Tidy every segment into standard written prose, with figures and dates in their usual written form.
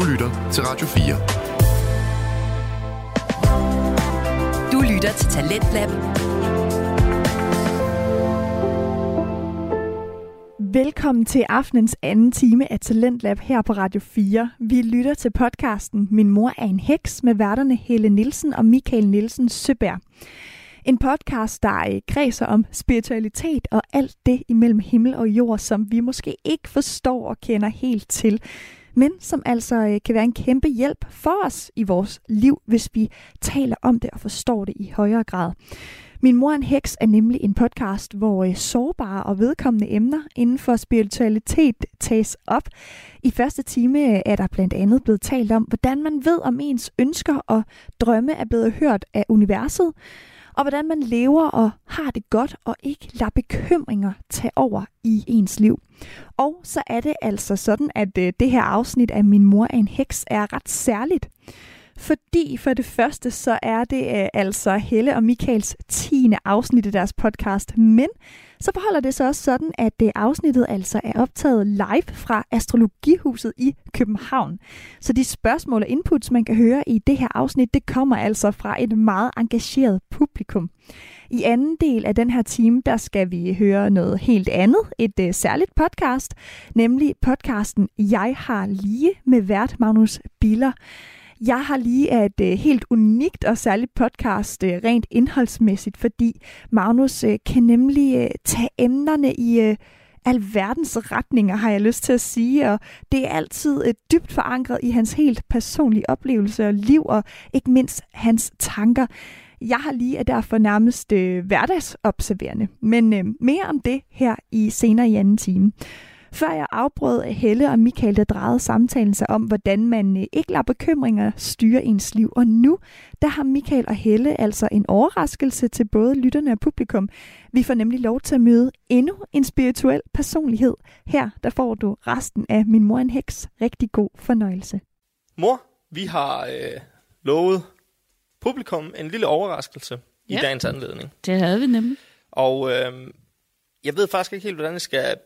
lytter til Radio 4. Du lytter til Talentlab. Velkommen til aftenens anden time af Talentlab her på Radio 4. Vi lytter til podcasten Min mor er en heks med værterne Helle Nielsen og Michael Nielsen Søberg. En podcast, der kredser om spiritualitet og alt det imellem himmel og jord, som vi måske ikke forstår og kender helt til, men som altså kan være en kæmpe hjælp for os i vores liv, hvis vi taler om det og forstår det i højere grad. Min mor er en heks er nemlig en podcast, hvor sårbare og vedkommende emner inden for spiritualitet tages op. I første time er der blandt andet blevet talt om, hvordan man ved, om ens ønsker og drømme er blevet hørt af universet, og hvordan man lever og har det godt og ikke lader bekymringer tage over i ens liv. Og så er det altså sådan, at det her afsnit af Min mor er en heks er ret særligt. Fordi for det første, så er det altså Helle og Michaels 10. afsnit af deres podcast. Men så forholder det sig også sådan, at afsnittet altså er optaget live fra Astrologihuset i København. Så de spørgsmål og inputs, man kan høre i det her afsnit, det kommer altså fra et meget engageret publikum. I anden del af den her time, der skal vi høre noget helt andet, et særligt podcast, nemlig podcasten Jeg har lige med vært Magnus Biller. Jeg har lige et helt unikt og særligt podcast rent indholdsmæssigt, fordi Magnus kan nemlig tage emnerne i alverdens retninger, har jeg lyst til at sige, og det er altid dybt forankret i hans helt personlige oplevelse og liv, og ikke mindst hans tanker. Jeg har lige derfor nærmest hverdagsobserverende, men mere om det her senere i anden time. Før jeg afbrød Helle og Michael, der drejede samtalen sig om, hvordan man ikke lader bekymringer styre ens liv. Og nu, der har Michael og Helle altså en overraskelse til både lytterne og publikum. Vi får nemlig lov til at møde endnu en spirituel personlighed. Her, der får du resten af Min mor en heks. Rigtig god fornøjelse. Mor, vi har lovet publikum en lille overraskelse i dagens anledning. Det havde vi nemlig. Og jeg ved faktisk ikke helt, hvordan jeg skal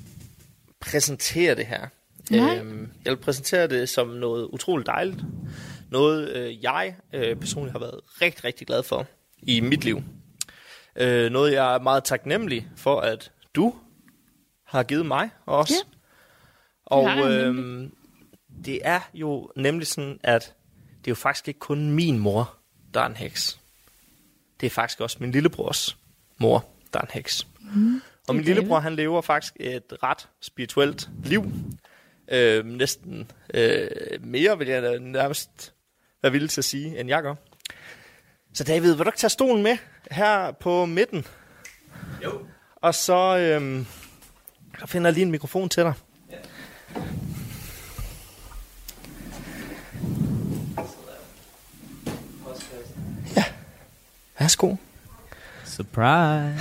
præsentere det her. Jeg vil præsentere det som noget utroligt dejligt. Noget jeg personligt har været rigtig, rigtig glad for i mit liv. Noget jeg er meget taknemmelig for, at du har givet mig også. Ja. Og det er jo nemlig sådan, at det er jo faktisk ikke kun min mor, der er en heks. Det er faktisk også min lillebrors mor, der er en heks. Og min lillebror, han lever faktisk et ret spirituelt liv. Næsten mere, vil jeg nærmest være villig til at sige, end jeg gør. Så David, vil du ikke tage stolen med her på midten? Jo. Og så finder jeg lige en mikrofon til dig. Ja. Ja. Værsgo. Surprise!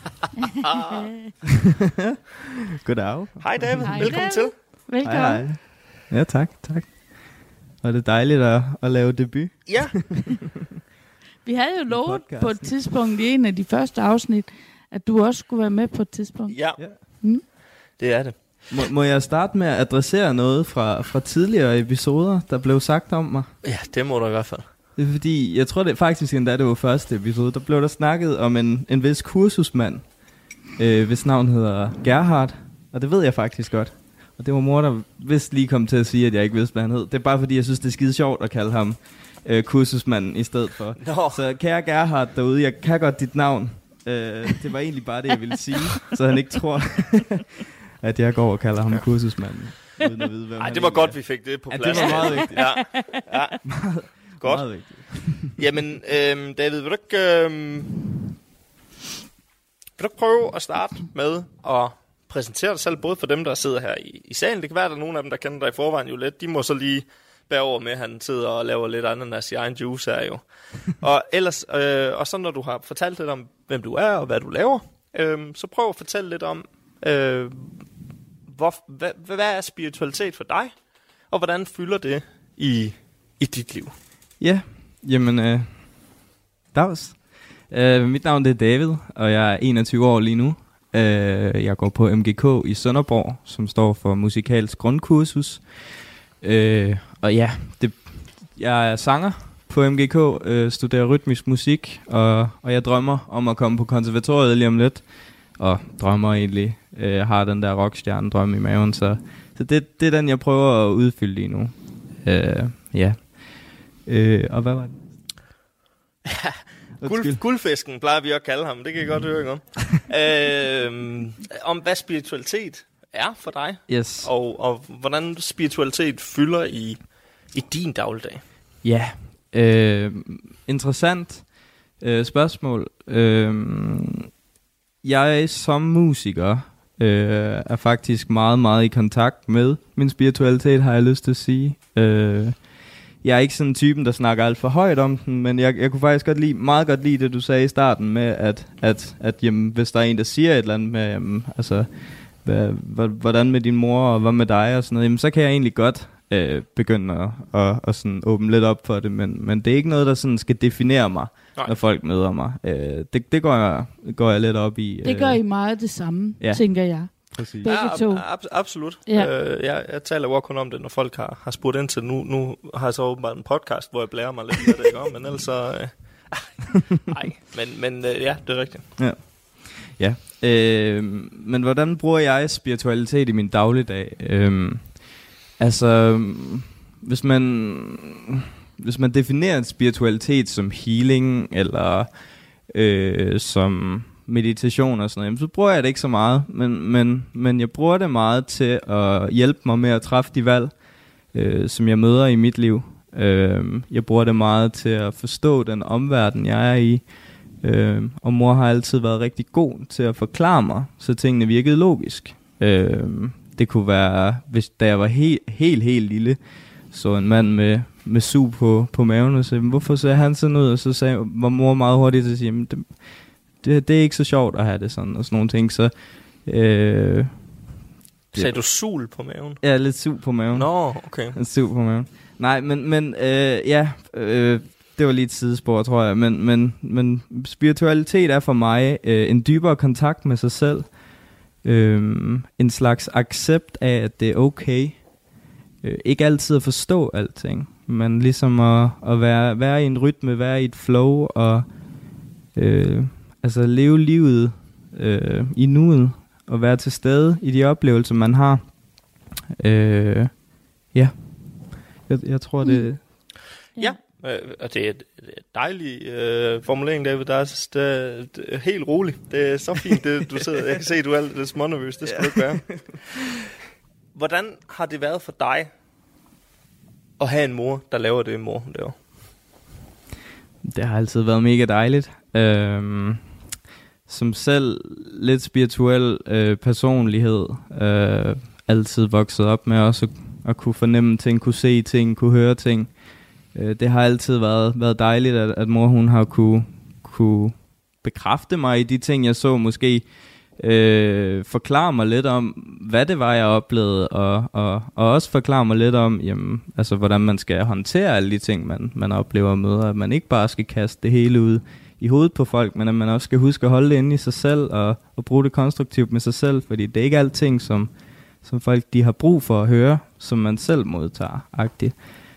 Goddag. Hej David, Hej, velkommen David. til. Velkommen. Hej. Ja, tak. Og det er dejligt at lave debut. Ja. Vi havde jo lovet på et tidspunkt i en af de første afsnit, at du også skulle være med på et tidspunkt. Ja, det er det. Må jeg starte med at adressere noget fra tidligere episoder, der blev sagt om mig? Ja, det må du i hvert fald. Det er fordi, jeg tror det faktisk endda det var første episode, der blev der snakket om en vis kursusmand, hvis navn hedder Gerhard, og det ved jeg faktisk godt. Og det var mor, der vist lige kom til at sige, at jeg ikke vidste, hvad han hed. Det er bare fordi, jeg synes, det er skide sjovt at kalde ham kursusmanden i stedet for. Nå. Så kære Gerhard derude, jeg kan godt dit navn. Det var egentlig bare det, jeg ville sige, så han ikke tror, at jeg går og kalder ham kursusmanden. Uden at vide, hvem Ej, det var godt, vi fik det på plads. Ja, det var meget vigtigt. Ja. Godt. Meget vigtigt. Jamen, David, vil du ikke prøve at starte med at præsentere dig selv, både for dem, der sidder her i salen. Det kan være, at der er nogle af dem, der kender dig i forvejen jo lidt. De må så lige bære over med, at han sidder og laver lidt andet af sin egen juice her jo. Og ellers, og så når du har fortalt lidt om, hvem du er og hvad du laver, så prøv at fortælle lidt om, hvad er spiritualitet for dig, og hvordan fylder det i dit liv? Ja, jamen, dags. Mit navn er David, og jeg er 21 år lige nu. Jeg går på MGK i Sønderborg, som står for musikalsk grundkursus. Og ja, jeg er sanger på MGK, studerer rytmisk musik, og jeg drømmer om at komme på konservatoriet lige om lidt. Og drømmer egentlig, har den der rockstjerne-drøm i maven, så det er den, jeg prøver at udfylde lige nu. Ja. Og hvad var det? Guldfisken plejer vi at kalde ham, det kan jeg godt høre, ikke om hvad spiritualitet er for dig, yes. og hvordan spiritualitet fylder i din dagligdag. Ja, interessant spørgsmål. Jeg som musiker er faktisk meget, meget i kontakt med min spiritualitet, har jeg lyst til at sige. Jeg er ikke sådan en typen, der snakker alt for højt om den, men jeg kunne faktisk meget godt lide det, du sagde i starten med, at jamen, hvis der er en, der siger et eller andet med, jamen, altså, hvordan med din mor, og hvad med dig, og sådan noget, jamen, så kan jeg egentlig godt begynde at sådan åbne lidt op for det, men det er ikke noget, der sådan skal definere mig, når folk møder mig. Det går jeg lidt op i. Det gør I meget det samme, tænker jeg. Præcis. Begge to. Absolut. Ja. Jeg taler jo kun om det, når folk har spurgt ind til nu har jeg så åbenbart en podcast, hvor jeg blærer mig lidt af det, ikke? Men ellers så... nej, men ja, det er rigtigt. Ja. Men hvordan bruger jeg spiritualitet i min dagligdag? Altså, hvis man definerer en spiritualitet som healing, eller som meditation og sådan noget, så bruger jeg det ikke så meget, men jeg bruger det meget til at hjælpe mig med at træffe de valg, som jeg møder i mit liv. Jeg bruger det meget til at forstå den omverden, jeg er i, og mor har altid været rigtig god til at forklare mig, så tingene virkede logisk. Det kunne være, da jeg var helt lille, så en mand med sug på maven, og sagde, hvorfor ser han sådan ud? Og så var mor meget hurtigt til at sige, det er ikke så sjovt at have det sådan, og sådan nogle ting, så... Sagde du sul på maven? Ja, lidt sug på maven. Nå, okay. En sug på maven. Nej, men det var lige et sidespor, tror jeg, men spiritualitet er for mig en dybere kontakt med sig selv, en slags accept af, at det er okay, ikke altid at forstå alting, men ligesom at være i en rytme, være i et flow, og altså leve livet i nuet, og være til stede i de oplevelser, man har. Ja. Jeg tror, det... Ja, og det er et dejlig formulering, David. Det er helt roligt. Det er så fint, det du sidder. Jeg kan se, at du er lidt smånervøs. Det skal du ikke være. Hvordan har det været for dig at have en mor, der laver det, mor laver? Det har altid været mega dejligt. Som selv lidt spirituel personlighed, altid vokset op med også at kunne fornemme ting, kunne se ting, kunne høre ting. Det har altid været dejligt, at mor hun har kunne bekræfte mig i de ting, jeg så, måske forklare mig lidt om, hvad det var, jeg oplevede, og også forklare mig lidt om, jamen, altså, hvordan man skal håndtere alle de ting, man oplever og møder, at man ikke bare skal kaste det hele ud i hovedet på folk, men at man også skal huske at holde det inde i sig selv, og bruge det konstruktivt med sig selv, fordi det er ikke alting, som folk de har brug for at høre, som man selv modtager-agtigt.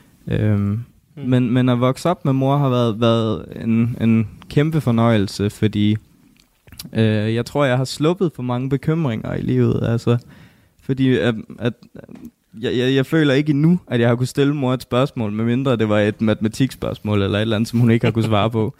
Men at vokse op med mor har været en kæmpe fornøjelse, fordi jeg tror, jeg har sluppet for mange bekymringer i livet. Altså, fordi jeg føler ikke endnu, at jeg har kunnet stille mor et spørgsmål, medmindre det var et matematikspørgsmål, eller et eller andet, som hun ikke har kunnet svare på.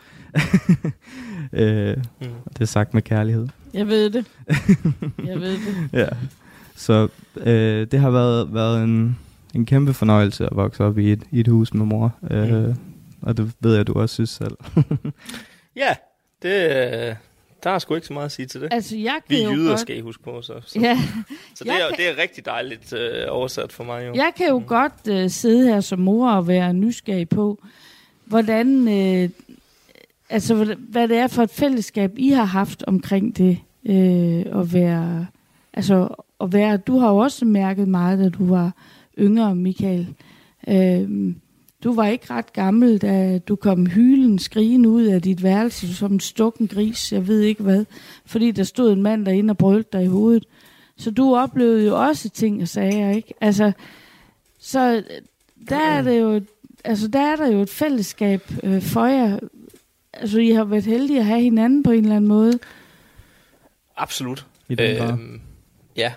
Det er sagt med kærlighed. Jeg ved det. Ja. Så det har været en kæmpe fornøjelse at vokse op i et hus med mor. Og det ved jeg, du også synes selv. Ja, der er sgu ikke så meget at sige til det. Altså, vi jyder skal I huske på. Så ja. Så det er rigtig dejligt oversat for mig. Jo. Jeg kan jo godt sidde her som mor og være nysgerrig på, hvordan, altså, hvad det er for et fællesskab, I har haft omkring det. At være, du har jo også mærket meget, da du var yngre, Michael. Du var ikke ret gammel, da du kom hylen, skrigen ud af dit værelse som en stukken gris, jeg ved ikke hvad, fordi der stod en mand derinde og brølte dig i hovedet. Så du oplevede jo også ting og sager, ikke? Altså, Så der er det jo, altså der er der jo et fællesskab for jer. Altså I har været heldige at have hinanden på en eller anden måde. Absolut. I den grad. Ja.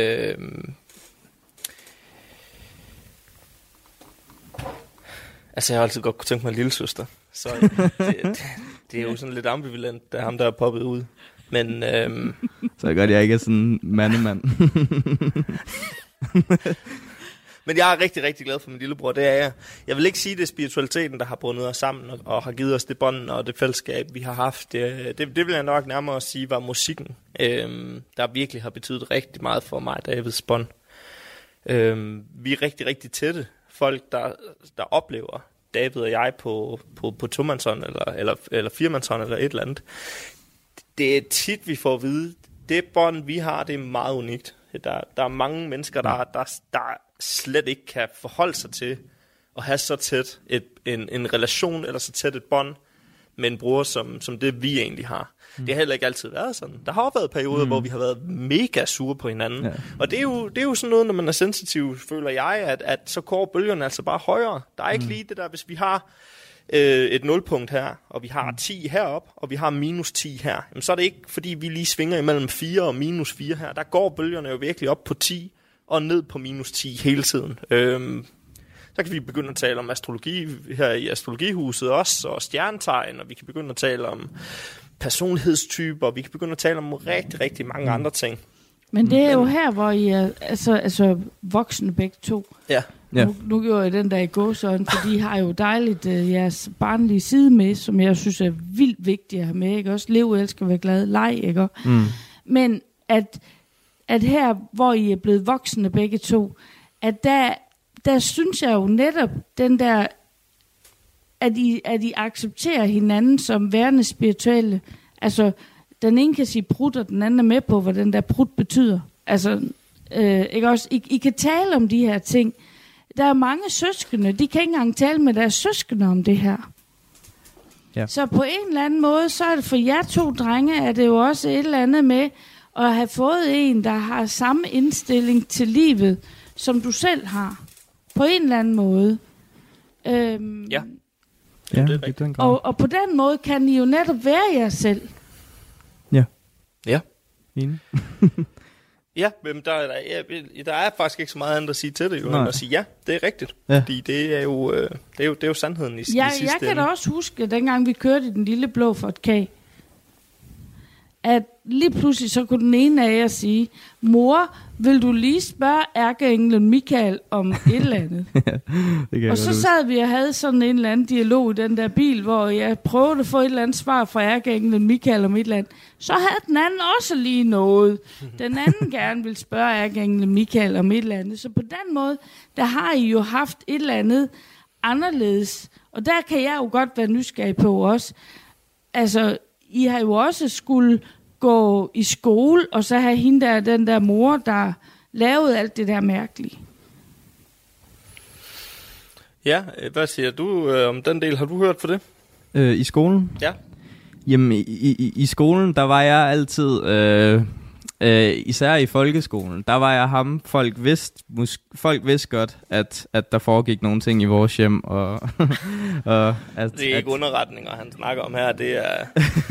Altså jeg har altid godt kunne tænke mig en lille søster. Så det er jo sådan lidt ambivalent, da ham der er poppet ud. Men så er det godt, jeg ikke er sådan en mandemand. Men jeg er rigtig, rigtig glad for min lillebror, det er jeg. Jeg vil ikke sige, det er spiritualiteten, der har bundet os sammen og har givet os det bånd og det fællesskab, vi har haft. Det vil jeg nok nærmere sige, var musikken, der virkelig har betydet rigtig meget for mig, Davids bånd. Vi er rigtig, rigtig tætte. Folk, der oplever David og jeg på tomandshånd eller firemandshånd eller et eller andet. Det er tit, vi får at vide, det bånd, vi har, det er meget unikt. Der er mange mennesker, der slet ikke kan forholde sig til at have så tæt en relation eller så tæt et bånd med en bror, som det vi egentlig har. Det har heller ikke altid været sådan. Der har også været perioder, hvor vi har været mega sure på hinanden. Ja. Og det er jo sådan noget, når man er sensitiv, føler jeg, at så går bølgerne altså bare højere. Der er ikke lige det der, hvis vi har et nulpunkt her, og vi har 10 herop, og vi har minus 10 her, jamen, så er det ikke, fordi vi lige svinger imellem 4 og minus 4 her. Der går bølgerne jo virkelig op på 10 og ned på minus 10 hele tiden. Så kan vi begynde at tale om astrologi her i astrologihuset også, og stjernetegn, og vi kan begynde at tale om personlighedstyper, og vi kan begynde at tale om rigtig, rigtig mange andre ting. Men det er jo her, hvor I er altså voksne begge to. Ja. Nu gjorde jeg den der i gåsøjne, for de har jo dejligt jeres barnlige side med, som jeg synes er vildt vigtigt at have med, ikke? Også lev, elsker, være glad, leg, ikke? Men at her, hvor I er blevet voksne begge to, at der synes jeg jo netop den der, at I accepterer hinanden som værende spirituelle. Altså, den ene kan sige prut, og den anden er med på, hvad den der prut betyder. Altså, ikke også? I kan tale om de her ting. Der er mange søskende, de kan ikke engang tale med deres søskende om det her. Ja. Så på en eller anden måde, så er det for jer to drenge, er det jo også et eller andet med at have fået en, der har samme indstilling til livet, som du selv har. På en eller anden måde. Ja. Og på den måde kan I jo netop være jer selv. Ja. Enig. Ja, men der er faktisk ikke så meget andet at sige til det, jo, end at sige ja, det er rigtigt. Ja. Fordi det er jo sandheden i sidste ende. Jeg kan da også huske, dengang vi kørte i den lille blå Ford K, at lige pludselig så kunne den ene af jer sige, mor, vil du lige spørge ærkeenglen Michael om et eller andet? Ja, og så sad vi og havde sådan en eller anden dialog i den der bil, hvor jeg prøvede at få et eller andet svar fra ærkeenglen Michael om et eller andet. Så havde den anden også lige noget. Den anden gerne vil spørge ærkeenglen Michael om et eller andet. Så på den måde, der har I jo haft et eller andet anderledes. Og der kan jeg jo godt være nysgerrig på også. Altså, I har jo også skulle gå i skole, og så have hende der, den der mor, der lavede alt det der mærkelige. Ja, hvad siger du om den del? Har du hørt for det? I skolen? Ja. Jamen, i skolen, der var jeg altid, især i folkeskolen, der var jeg ham. Folk vidste godt, at der foregik nogle ting i vores hjem. Og det er ikke underretninger, han snakker om her, det er...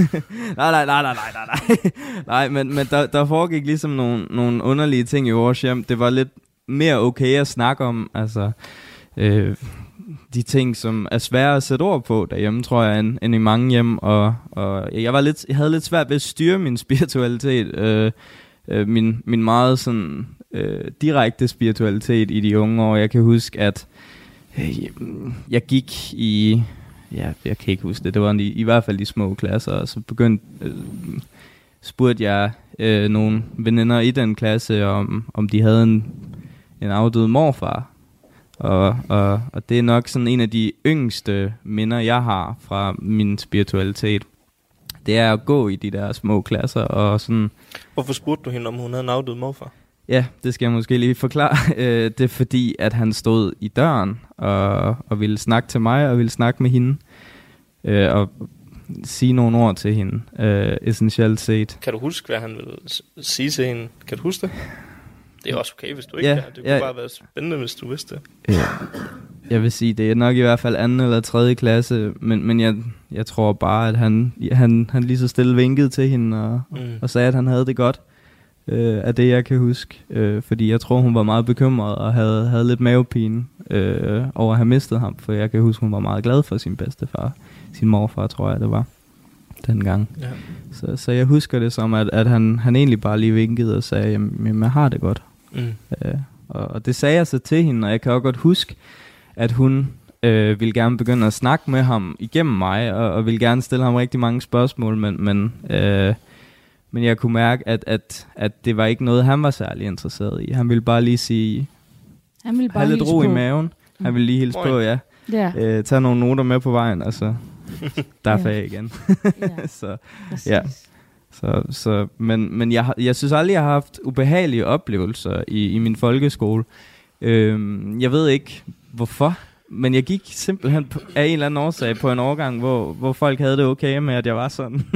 Nej, men der foregik ligesom nogle underlige ting i vores hjem. Det var lidt mere okay at snakke om, altså... de ting, som er svære at sætte ord på derhjemme, tror jeg, end i mange hjem, og jeg havde lidt svært ved at styre min spiritualitet, min meget sådan direkte spiritualitet i de unge år. Jeg kan huske, at jeg gik i, jeg kan ikke huske det, det var i hvert fald de små klasser, og så spurgte jeg nogle veninder i den klasse, om de havde en afdød morfar. Og det er nok sådan en af de yngste minder, jeg har fra min spiritualitet. Det er at gå i de der små klasser og sådan... Hvorfor spurgte du hende, om hun havde en afdød morfar? Ja, det skal jeg måske lige forklare. Det er fordi, at han stod i døren og ville snakke til mig og ville snakke med hende. Og sige nogle ord til hende, essentielt set. Kan du huske, hvad han ville sige til hende? Kan du huske det? Det er også okay, hvis du ikke kan. Det kunne bare være spændende, hvis du vidste det. Jeg vil sige, det er nok i hvert fald 2. eller 3. klasse, men jeg tror bare, at han lige så stille vinkede til hende og sagde, at han havde det godt. Af det, jeg kan huske. Fordi jeg tror, hun var meget bekymret og havde lidt mavepine over at have mistet ham. For jeg kan huske, hun var meget glad for sin bedstefar. Sin morfar, tror jeg, det var dengang. Ja. Så jeg husker det som, at han egentlig bare lige vinkede og sagde, jamen jeg har det godt. Og det sagde jeg så til hende, og jeg kan også godt huske, at hun ville gerne begynde at snakke med ham igennem mig, og ville gerne stille ham rigtig mange spørgsmål, men jeg kunne mærke, at det var ikke noget, han var særlig interesseret i. Han ville bare lige sige, han ville bare have lidt ro i maven. Han ville lige hilse på, ja. Tage nogle noter med på vejen, og så derfra igen. Men jeg synes aldrig, jeg har haft ubehagelige oplevelser i min folkeskole. Jeg ved ikke, hvorfor. Men jeg gik simpelthen af en eller anden årsag på en årgang, hvor folk havde det okay med, at jeg var sådan.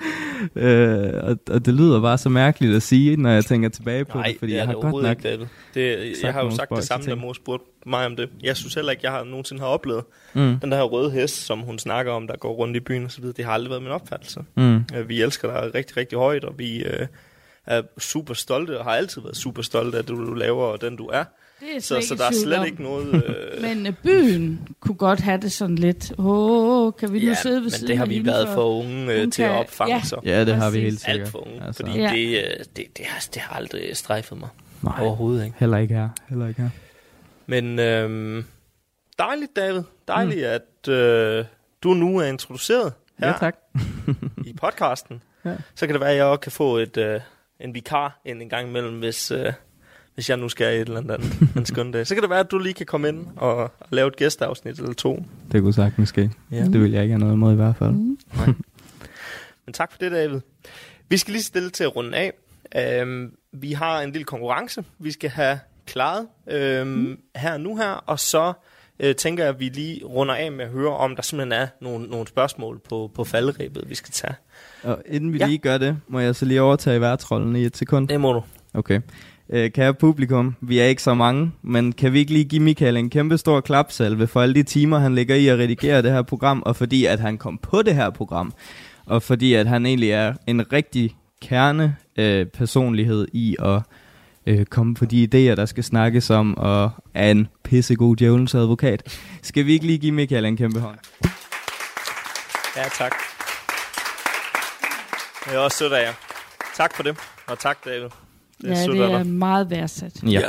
Og det lyder bare så mærkeligt at sige, når jeg tænker tilbage på det, fordi jeg har godt nok jeg har jo sagt det samme, da mor spurgte mig om det. Jeg synes heller ikke, jeg nogensinde har oplevet den der røde hest, som hun snakker om, der går rundt i byen og så videre. Det har aldrig været min opfattelse. Vi elsker dig rigtig, rigtig højt, og vi er super stolte, og har altid været super stolte af det, du laver, og den du er. Så der er slet ikke noget... Men byen kunne godt have det sådan lidt. Kan vi nu sidde ved siden? Men det har vi været for unge til at opfange sig. Ja, det har vi helt sikkert. Alt for unge. Altså. Fordi det har aldrig strejfet mig. Nej, overhovedet ikke. Heller ikke her. Men dejligt, David. Dejligt, at du nu er introduceret her i podcasten. Ja. Så kan det være, at jeg også kan få en vikar en gang imellem, hvis jeg nu skal et eller andet en skøn dag. Så kan det være, at du lige kan komme ind og lave et gæsteafsnit eller 2. Det kunne sagtens ske. Ja. Det vil jeg ikke have noget imod i hvert fald. Nej. Men tak for det, David. Vi skal lige stille til at runde af. Vi har en lille konkurrence, vi skal have klaret her, og så tænker jeg, at vi lige runder af med at høre, om der simpelthen er nogle spørgsmål på falderebet, vi skal tage. Og inden vi lige gør det, må jeg så lige overtage værtsrollen i et sekund? Det må du. Okay. Kære publikum, vi er ikke så mange, men kan vi ikke lige give Michael en kæmpe stor klapsalve for alle de timer, han lægger i at redigere det her program, og fordi at han kom på det her program, og fordi at han egentlig er en rigtig kerne personlighed i at komme på de idéer, der skal snakkes om, og er en pissegod djævelens advokat. Skal vi ikke lige give Michael en kæmpe hånd? Ja, tak. Jeg er også sødt af jer. Tak for det, og tak, David. Det er meget værdsat. Ja.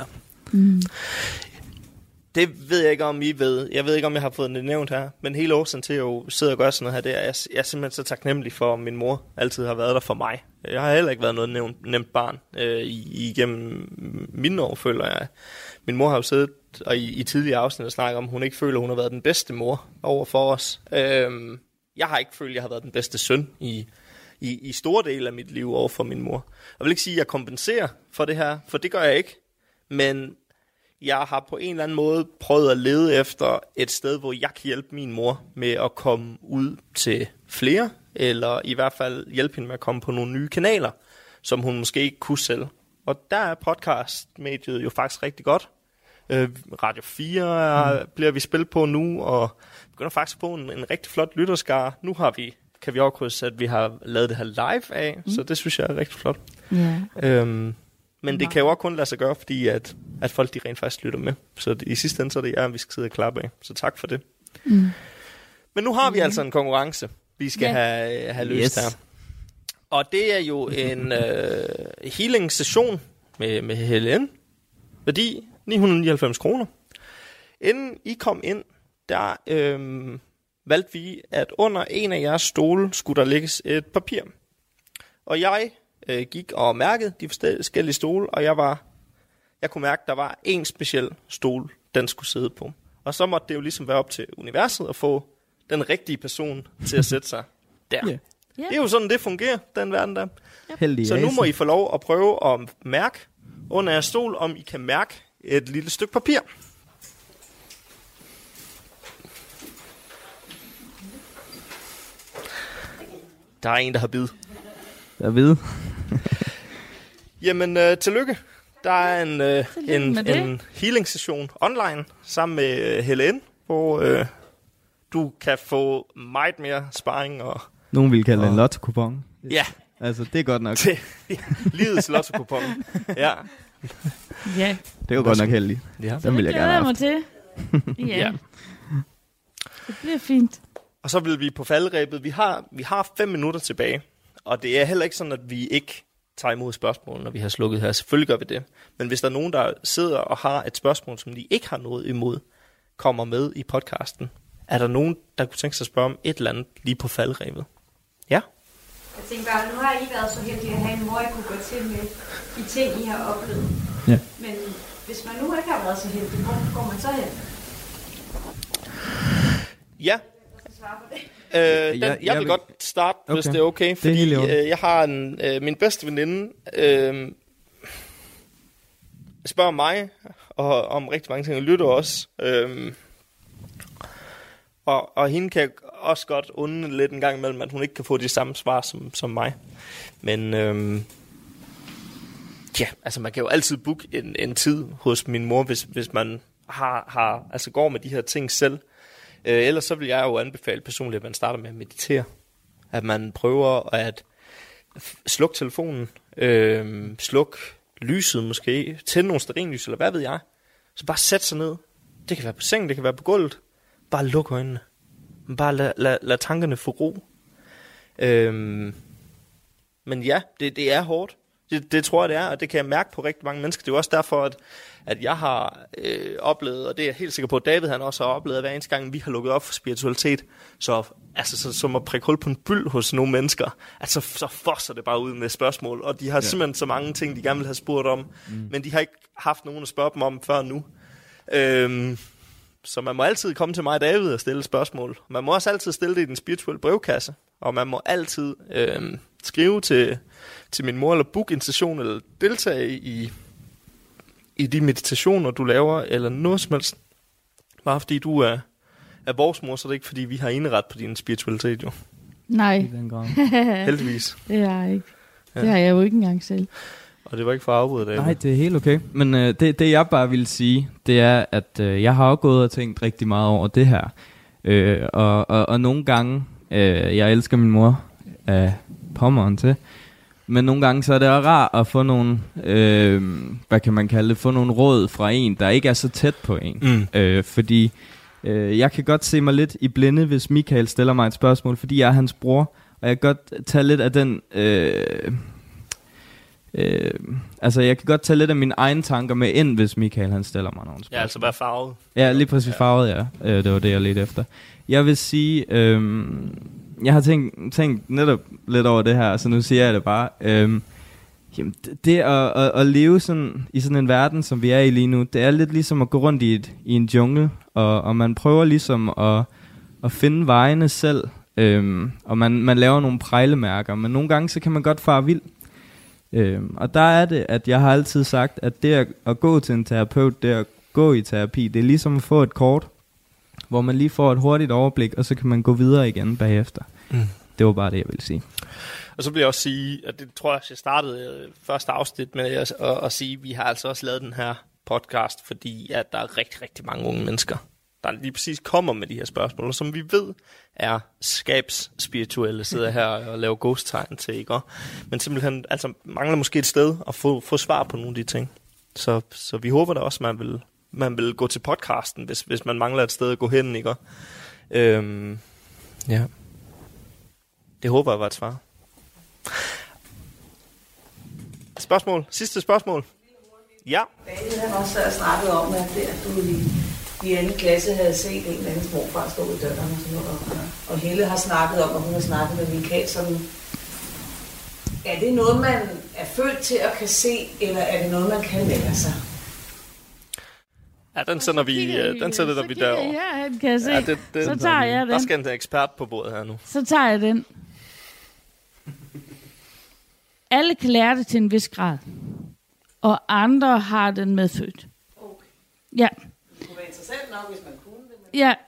Det ved jeg ikke, om I ved. Jeg ved ikke, om jeg har fået det nævnt her. Men hele årsagen til at jo sidde og gøre sådan noget her, det er, at jeg er simpelthen så taknemmelig for, at min mor altid har været der for mig. Jeg har heller ikke været noget nemt barn igennem mine år, føler jeg. Min mor har jo siddet og i tidligere afsnit og snakket om, hun ikke føler, hun har været den bedste mor over for os. Jeg har ikke følt, at jeg har været den bedste søn i store dele af mit liv over for min mor. Jeg vil ikke sige, at jeg kompenserer for det her, for det gør jeg ikke. Men jeg har på en eller anden måde prøvet at lede efter et sted, hvor jeg kan hjælpe min mor med at komme ud til flere, eller i hvert fald hjælpe hende med at komme på nogle nye kanaler, som hun måske ikke kunne selv. Og der er podcastmediet jo faktisk rigtig godt. Radio 4 bliver vi spillet på nu, og vi begynder faktisk på en rigtig flot lytterskare. Nu kan vi også krydse, at vi har lavet det her live af, så det synes jeg er rigtig flot. Ja. Men det kan jo også kun lade sig gøre, fordi at folk de rent faktisk lytter med. Så i sidste ende, så er det jer, vi skal sidde og klappe af. Så tak for det. Men nu har vi altså en konkurrence, vi skal have løst her. Og det er jo en healing-session med Helen. Værdi 999 kroner. Inden I kom ind, der valgte vi, at under en af jeres stole skulle der lægges et papir. Og jeg gik og mærkede de forskellige stole, og jeg kunne mærke, at der var en speciel stol, den skulle sidde på. Og så måtte det jo ligesom være op til universet at få den rigtige person til at sætte sig der. Yeah. Det er jo sådan, det fungerer, den verden der. Yep. Så nu må I få lov at prøve at mærke under jeres stol, om I kan mærke et lille stykke papir. Der er en, der har bid. Der er bid. Jamen, tillykke. Der er en healing-session online sammen med Helle N, hvor du kan få meget mere sparring. Og Nogen vil kalde det en lotto-kupon. ja, Altså, det er godt nok. livets lotto-kupon. Ja. Ja, Det er jo godt nok heldigt. Ja. Den vil jeg gerne have mig haft. til. Ja. Ja. Det bliver fint. Og så vil vi på falderebet. Vi har 5 minutter tilbage, og det er heller ikke sådan, at vi ikke tager imod spørgsmål, når vi har slukket her. Selvfølgelig gør vi det. Men hvis der er nogen, der sidder og har et spørgsmål, som de ikke har noget imod, kommer med i podcasten, er der nogen, der kunne tænke sig at spørge om et eller andet lige på falderebet? Ja? Jeg tænker bare, nu har I været så heldige at have en mor, I kunne gå til med de ting, I har oplevet. Ja. Men hvis man nu ikke har været så heldig, hvor går man så hen? Ja. Jeg vil godt starte, hvis det er okay. Fordi jeg har min bedste veninde spørger mig om rigtig mange ting, og lytter også. Og hende kan også godt undre lidt en gang imellem, at hun ikke kan få de samme svar som mig. Men ja, altså man kan jo altid booke en tid hos min mor, hvis man har altså går med de her ting selv. Ellers så vil jeg jo anbefale personligt, at man starter med at meditere. At man prøver at slukke telefonen, slukke lyset måske, tænde nogle stearinlys, eller hvad ved jeg. Så bare sæt sig ned. Det kan være på sengen, det kan være på gulvet. Bare luk øjnene. Bare lad tankerne få ro. Men ja, det er hårdt. Det tror jeg, det er, og det kan jeg mærke på rigtig mange mennesker. Det er jo også derfor, at jeg har oplevet, og det er jeg helt sikker på, at David han også har oplevet, at hver eneste gang, vi har lukket op for spiritualitet, så som at prikke hul på en byld hos nogle mennesker, altså så fosser det bare ud med spørgsmål, og de har simpelthen så mange ting, de gerne vil have spurgt om, men de har ikke haft nogen at spørge dem om før nu. Så man må altid komme til mig og David og stille spørgsmål. Man må også altid stille det i den spirituelle brevkasse, og man må altid skrive til min mor, eller booke en session, eller deltage i de meditationer, du laver, eller noget som helst. Bare fordi du er vores mor, så er det ikke, fordi vi har indret på din spiritualitet, jo. Nej. Heldigvis. Det er jeg ikke. Det har jeg jo ikke engang selv. Og det var ikke for at afbryde det. Nej, det er helt okay. Men det jeg bare vil sige, det er, at jeg har også gået og tænkt rigtig meget over det her. Og nogle gange, jeg elsker min mor af pommeren til, men nogle gange så er det også rart at få nogle, hvad kan man kalde det, få nogle råd fra en, der ikke er så tæt på en. Fordi jeg kan godt se mig lidt i blinde, hvis Michael stiller mig et spørgsmål, fordi jeg er hans bror, og jeg kan godt tage lidt af den... altså jeg kan godt tage lidt af mine egne tanker med ind, hvis Michael han stiller mig nogle spørgsmål. Ja, altså hvad farvet? Ja, lige præcis farvet, ja. Det var det, jeg ledte efter. Jeg vil sige, jeg har tænkt netop lidt over det her, så nu siger jeg det bare. Jamen, det at leve sådan, i sådan en verden, som vi er i lige nu, det er lidt ligesom at gå rundt i en jungle, og man prøver ligesom at finde vejene selv, og man laver nogle prejlemærker, men nogle gange så kan man godt fare vild. Og der er det, at jeg har altid sagt, at det at gå til en terapeut, det at gå i terapi, det er ligesom at få et kort, hvor man lige får et hurtigt overblik, og så kan man gå videre igen bagefter. Det var bare det, jeg ville sige. Og så vil jeg også sige, at det tror jeg startede første afsnit med at sige, at vi har altså også lavet den her podcast, fordi at der er rigtig, rigtig mange unge mennesker, der lige præcis kommer med de her spørgsmål, som vi ved er skabsspirituelle, sidder her og laver ghost-tegn til, ikke? Men simpelthen altså, mangler måske et sted at få svar på nogle af de ting. Så vi håber da også, at man vil gå til podcasten, hvis man mangler et sted at gå hen, ikke? Ja. Det håber jeg var et svar. Spørgsmål? Sidste spørgsmål? Ja. David han også snakket om, at du i anden klasse havde set en eller anden morfar stå i døren og sådan noget. Og Helle har snakket om, at hun har snakket med Michael sådan. Er det noget, man er født til at kan se, eller er det noget, man kan lære sig? Ja, den sender vi derovre. Ja, kan jeg se. Ja, så tager jeg den. Der skal en ekspert på bordet her nu. Så tager jeg den. Alle kan lære det til en vis grad. Og andre har den medfødt. Okay. Ja. Det kunne være interessant nok, hvis man kunne det. Men... Ja.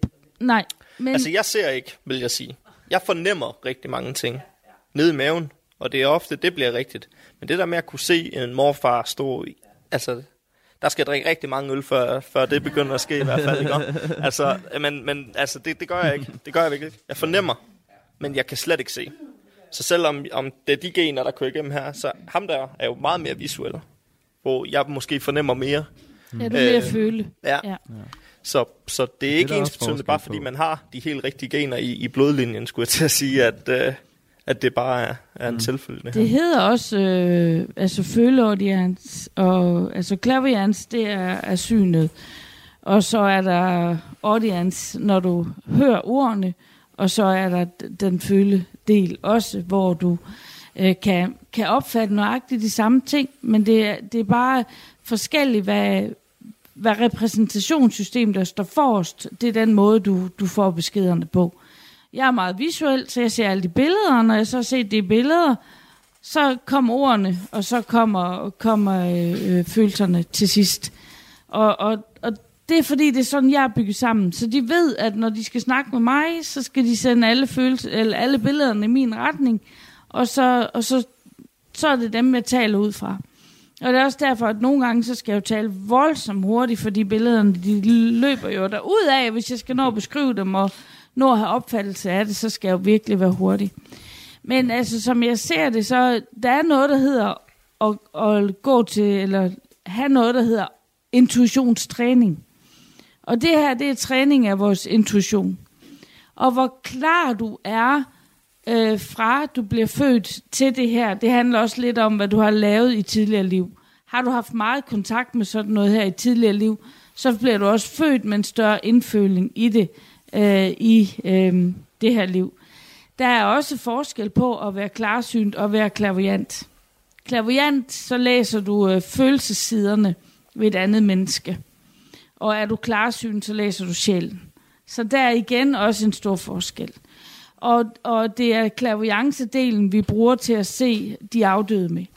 Nej. Men... Altså, jeg ser ikke, vil jeg sige. Jeg fornemmer rigtig mange ting. Nede i maven. Og det er ofte, det bliver rigtigt. Men det der med at kunne se en morfar stå i, altså, der skal jeg drikke rigtig mange øl, før det begynder at ske i hvert fald. Ikke? Altså, men altså, det gør jeg ikke. Det gør jeg virkelig ikke. Jeg fornemmer, men jeg kan slet ikke se. Så selvom det er de gener, der kører igennem her, så ham der er jo meget mere visuel. Hvor jeg måske fornemmer mere. Ja, du er mere føle. Ja. Så det er ikke ensbetydende, bare fordi man har de helt rigtige gener i blodlinjen, skulle jeg til at sige, at det bare er en selvfølge. Det hedder også altså føleaudiens, og altså clairvoyance, det er synet. Og så er der audience, når du hører ordene, og så er der den føledel også, hvor du kan opfatte nøjagtigt de samme ting, men det er bare forskelligt, hvad repræsentationssystem, der står forrest, det er den måde, du får beskederne på. Jeg er meget visuel, så jeg ser alle de billeder, og når jeg så har set de billeder, så kommer ordene, og så kommer følelserne til sidst. Og det er fordi, det er sådan, jeg er bygget sammen. Så de ved, at når de skal snakke med mig, så skal de sende alle billederne i min retning, og så er det dem, jeg taler ud fra. Og det er også derfor, at nogle gange, så skal jeg jo tale voldsomt hurtigt, fordi billederne, de løber jo derud af, hvis jeg skal nå at beskrive dem, og nå at have opfattelse af det, så skal jeg jo virkelig være hurtig. Men altså, som jeg ser det, så der er noget, der hedder at gå til, eller have noget, der hedder intuitionstræning. Og det her, det er træning af vores intuition. Og hvor klar du er, fra du bliver født til det her, det handler også lidt om, hvad du har lavet i tidligere liv. Har du haft meget kontakt med sådan noget her i tidligere liv, så bliver du også født med en større indføling i det, det her liv. Der er også forskel på at være klarsynt og være clairvoyant. Clairvoyant, så læser du følelsessiderne ved et andet menneske. Og er du klarsynt, så læser du sjælen. Så der er igen også en stor forskel. Og det er clairvoyance-delen, vi bruger til at se de afdøde med.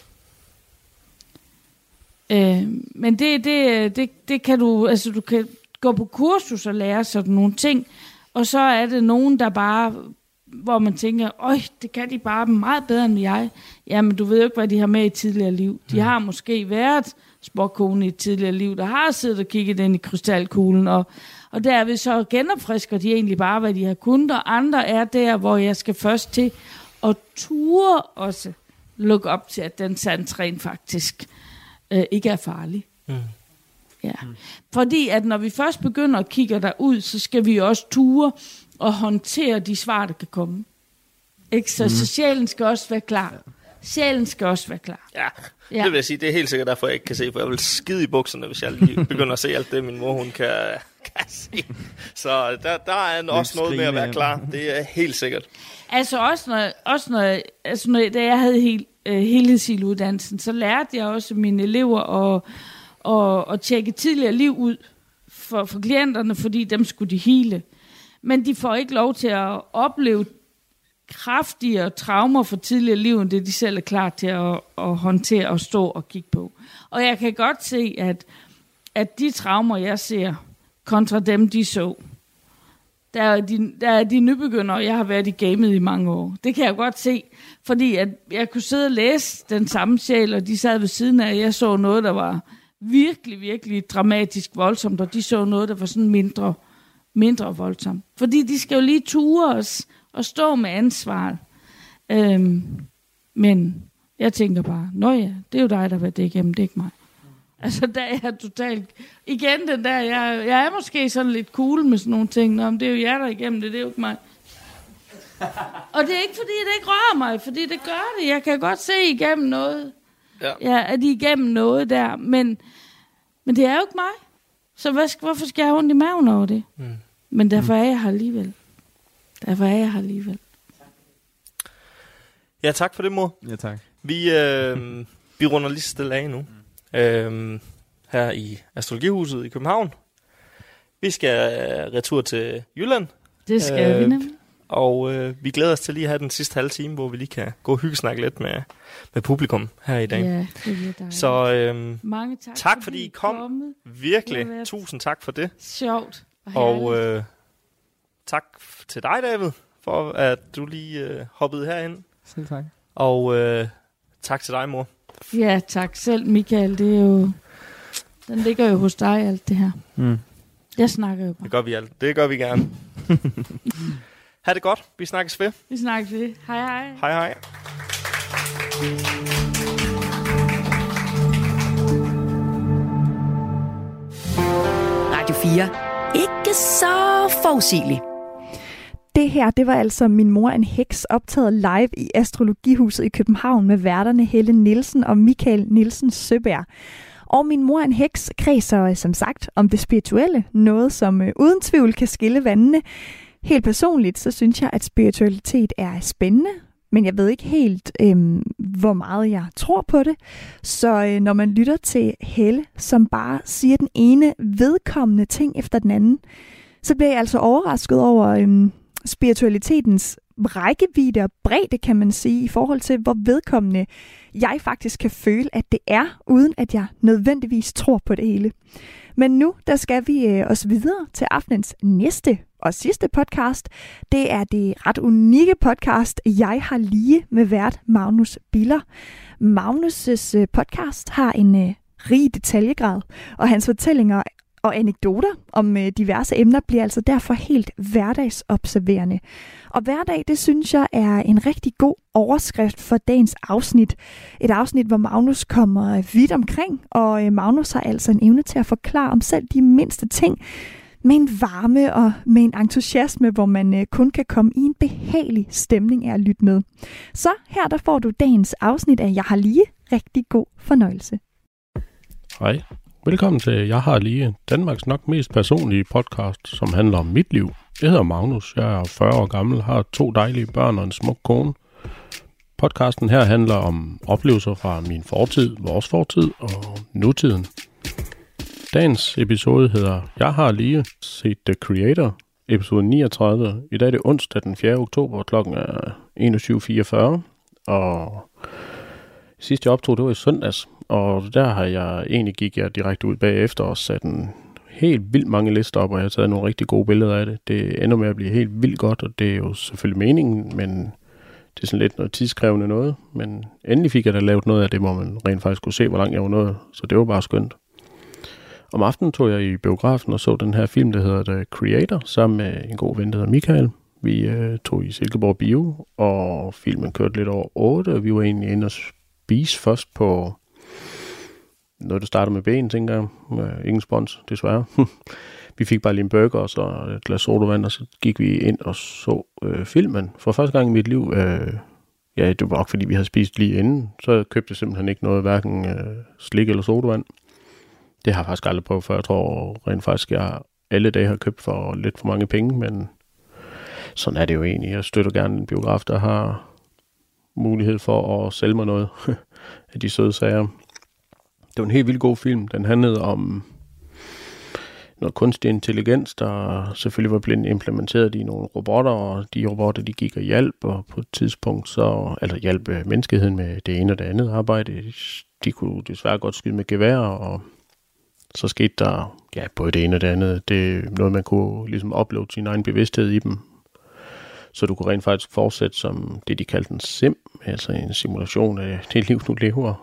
Men det kan du, altså du kan gå på kursus og lære sådan nogle ting, og så er det nogen, der bare, hvor man tænker, det kan de bare meget bedre end jeg. Jamen, du ved jo ikke, hvad de har med i tidligere liv. De har måske været spåkone i et tidligere liv, der har siddet og kigget ind i krystalkuglen, og derved så genopfrisker de egentlig bare, hvad de har kunnet, og andre er der, hvor jeg skal først til at ture også lukke op til, at den sans rent faktisk ikke er farlig. Ja. Fordi at når vi først begynder at kigge derud, så skal vi også ture og håndtere de svar, der kan komme. Ikke? Så sjælen skal også være klar. Sjælen skal også være klar. Ja, det vil jeg sige, det er helt sikkert derfor, jeg ikke kan se, for jeg vil skide i bukserne, hvis jeg lige begynder at se alt det, min mor hun kan se. Så der er også noget med at være klar. Det er helt sikkert. Altså også når da jeg havde helhedsiluddannelsen, så lærte jeg også mine elever at tjekke tidligere liv ud for klienterne, fordi dem skulle de hele. Men de får ikke lov til at opleve kraftigere traumer for tidligere liv, end det de selv er klar til at håndtere og stå og kigge på. Og jeg kan godt se, at de traumer, jeg ser, kontra dem, de så, der er de nybegyndere, og jeg har været i gamet i mange år. Det kan jeg godt se, fordi at jeg kunne sidde og læse den samme sjæl, og de sad ved siden af, jeg så noget, der var virkelig, virkelig dramatisk voldsomt, og de så noget, der var sådan mindre voldsomt. Fordi de skal jo lige ture os og stå med ansvar. Men jeg tænker bare, det er jo dig, der har været det igennem, det er ikke mig. Altså, der er jeg totalt... Igen den der, jeg er måske sådan lidt cool med sådan nogle ting. Nå, men det er jo jer, der er igennem det er jo ikke mig. Og det er ikke, fordi det ikke rører mig, fordi det gør det. Jeg kan godt se igennem noget. Ja, at de igennem noget der. Men det er jo ikke mig. Så hvorfor skal jeg have ondt i maven over det? Men derfor er jeg her alligevel. Ja, tak for det, mor. Ja, tak. Vi runder lige stille af nu. Her i Astrologihuset i København. Vi skal retur til Jylland. Det skal vi nemlig. Og vi glæder os til lige at have den sidste halve time, hvor vi lige kan gå og hyggesnakke lidt med publikum her i dag. Ja, det er dejligt. Så mange tak fordi I kom. Virkelig. Tusind tak for det. Sjovt. Og tak til dig, David, for at du lige hoppede herind. Selv tak. Og tak til dig, mor. Ja, tak selv, Michael. Det er jo... Den ligger jo hos dig, alt det her. Jeg snakker jo bare. Det gør vi alt. Det gør vi gerne. Ha' det godt. Vi snakkes ved. Vi snakkes ved. Hej, hej. Hej, hej. Radio 4. Ikke så forudsigeligt. Det her, det var altså Min mor en heks, optaget live i Astrologihuset i København med værterne Helle Nielsen og Michael Nielsen Søberg. Og Min mor en heks kredser som sagt om det spirituelle, noget som uden tvivl kan skille vandene. Helt personligt, så synes jeg, at spiritualitet er spændende, men jeg ved ikke helt, hvor meget jeg tror på det. Så når man lytter til Helle, som bare siger den ene vedkommende ting efter den anden, så bliver jeg altså overrasket over spiritualitetens rækkevidde og bredde, kan man sige, i forhold til, hvor vedkommende jeg faktisk kan føle, at det er, uden at jeg nødvendigvis tror på det hele. Men nu, der skal vi os videre til aftenens næste og sidste podcast. Det er det ret unikke podcast, Jeg har lige, med vært Magnus Biller. Magnus' podcast har en rig detaljegrad, og hans fortællinger og anekdoter om diverse emner bliver altså derfor helt hverdagsobserverende. Og hverdag, det synes jeg er en rigtig god overskrift for dagens afsnit. Et afsnit, hvor Magnus kommer vidt omkring, og Magnus har altså en evne til at forklare om selv de mindste ting med en varme og med en entusiasme, hvor man kun kan komme i en behagelig stemning af at lytte med. Så her der får du dagens afsnit af Jeg har lige. Rigtig god fornøjelse. Hej. Velkommen til Jeg har lige, Danmarks nok mest personlige podcast, som handler om mit liv. Jeg hedder Magnus, jeg er 40 år gammel, har 2 dejlige børn og en smuk kone. Podcasten her handler om oplevelser fra min fortid, vores fortid og nutiden. Dagens episode hedder Jeg har lige set The Creator, episode 39. I dag er det onsdag den 4. oktober, klokken er 21.44, og sidst jeg optog, det var i søndags. Og der har jeg egentlig gik direkte ud bagefter og sat en helt vildt mange lister op, og jeg har taget nogle rigtig gode billeder af det. Det ender med at blive helt vildt godt, og det er jo selvfølgelig meningen, men det er sådan lidt noget tidskrævende noget. Men endelig fik jeg da lavet noget af det, hvor man rent faktisk kunne se, hvor langt jeg var nået, så det var bare skønt. Om aftenen tog jeg i biografen og så den her film, der hedder The Creator, sammen med en god ven, der hedder Michael. Vi tog i Silkeborg Bio, og filmen kørte lidt over 8, og vi var egentlig inde og spise først på noget, der starter med ben, tænker jeg. Ingen spons, desværre. Vi fik bare lige en burger og så et glas sodavand, og så gik vi ind og så filmen. For første gang i mit liv, det var nok fordi vi havde spist lige inden, så købte jeg simpelthen ikke noget, hverken slik eller sodavand. Det har jeg faktisk aldrig prøvet før. Jeg tror rent faktisk, jeg alle dage har købt for lidt for mange penge, men sådan er det jo egentlig. Jeg støtter gerne en biograf, der har mulighed for at sælge mig noget af de søde sager. Det var en helt vildt god film. Den handlede om noget kunstig intelligens, der selvfølgelig var blevet implementeret i nogle robotter, og de robotter, de gik og hjalp, og på et tidspunkt hjalp menneskeheden med det ene og det andet arbejde. De kunne desværre godt skyde med gevær, og så skete der både det ene og det andet. Det er noget, man kunne ligesom uploade sin egen bevidsthed i dem. Så du kunne rent faktisk fortsætte som det, de kaldte en sim, altså en simulation af det liv, du lever.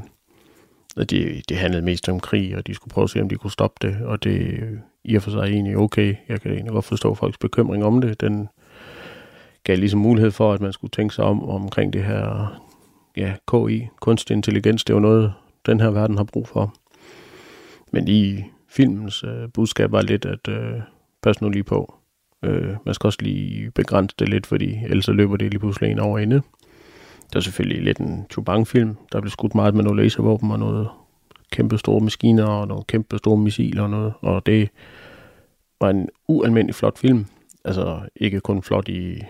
Det handlede mest om krig, og de skulle prøve at se, om de kunne stoppe det, og det i og for sig egentlig okay. Jeg kan egentlig godt forstå folks bekymring om det. Den gav ligesom mulighed for, at man skulle tænke sig omkring det her KI, kunstig intelligens. Det er jo noget, den her verden har brug for. Men i filmens budskab var lidt, at pas nu lige på. Man skal også lige begrænse det lidt, fordi ellers så løber det lige pludselig en over ende. Det var selvfølgelig lidt en Chubang-film. Der blev skudt meget med nogle laservåben og noget kæmpe store maskiner og nogle kæmpe store missiler og noget. Og det var en ualmindelig flot film. Altså ikke kun flot i...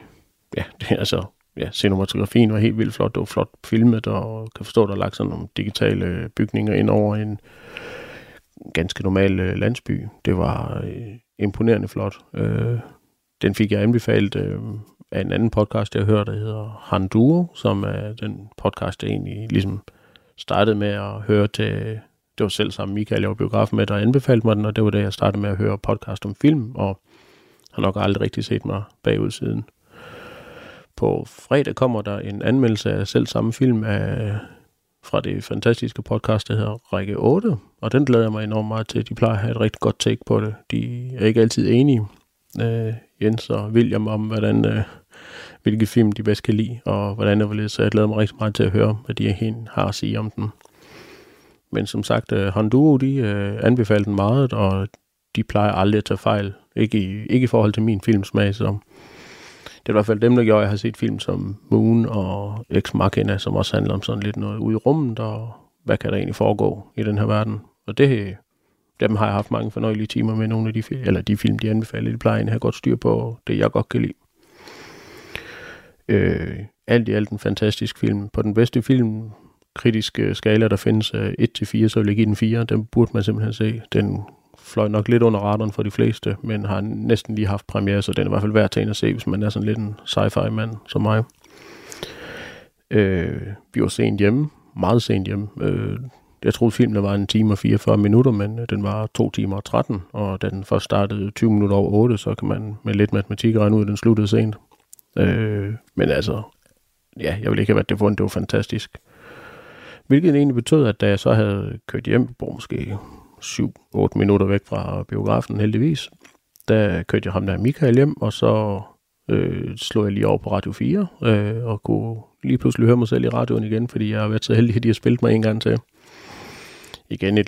cinematografien var helt vildt flot. Det var flot filmet, og kan forstå, der er lagt sådan nogle digitale bygninger ind over en ganske normal landsby. Det var imponerende flot. Den fik jeg anbefalet af en anden podcast, jeg hørte, der hedder Han Duo, som er den podcast, jeg egentlig ligesom startede med at høre til. Det var selv sammen Michael, jeg var biografen med, der anbefalede mig den, og det var da jeg startede med at høre podcast om film, og har nok aldrig rigtig set mig bagud siden. På fredag kommer der en anmeldelse af selv samme film fra det fantastiske podcast, der hedder Række 8, og den glæder jeg mig enormt meget til. De plejer at have et rigtig godt take på det. De er ikke altid enige, Jens og William, om hvilke film de bedst kan lide, og hvordan det vil lide, så jeg glæder mig rigtig meget til at høre, hvad de har at sige om den. Men som sagt, Honduo, de anbefaler den meget, og de plejer aldrig at tage fejl. Ikke i forhold til min filmsmag, så det er i hvert fald dem, der gjorde, jeg har set film som Moon og Ex Machina, som også handler om sådan lidt noget ude i rummet, og hvad kan der egentlig foregå i den her verden. Og dem har jeg haft mange fornøjelige timer med nogle af de film, de anbefaler. De plejer at have godt styr på det, jeg godt kan lide. Alt i alt en fantastisk film. På den bedste filmkritiske skala, der findes 1-4, så vil jeg give den 4. Den burde man simpelthen se. Den fløj nok lidt under radaren for de fleste, men har næsten lige haft premiere, så den er i hvert fald værd til en at se, hvis man er sådan lidt en sci-fi mand som mig. Vi var sent hjemme, meget sent hjemme. Jeg troede filmen var 1 time og 44 minutter, men den var 2 timer og 13, og da den først startede 20 minutter over 8, så kan man med lidt matematik regne ud, at den sluttede sent. Men altså, ja, jeg vil ikke have været det fundet, det var fantastisk. Hvilket egentlig betød, at da jeg så havde kørt hjem, måske 7-8 minutter væk fra biografen heldigvis, der kørte jeg ham der Michael hjem, og så slog jeg lige over på Radio 4, og kunne lige pludselig høre mig selv i radioen igen, fordi jeg har været så heldig, at de har spillet mig en gang til. Igen en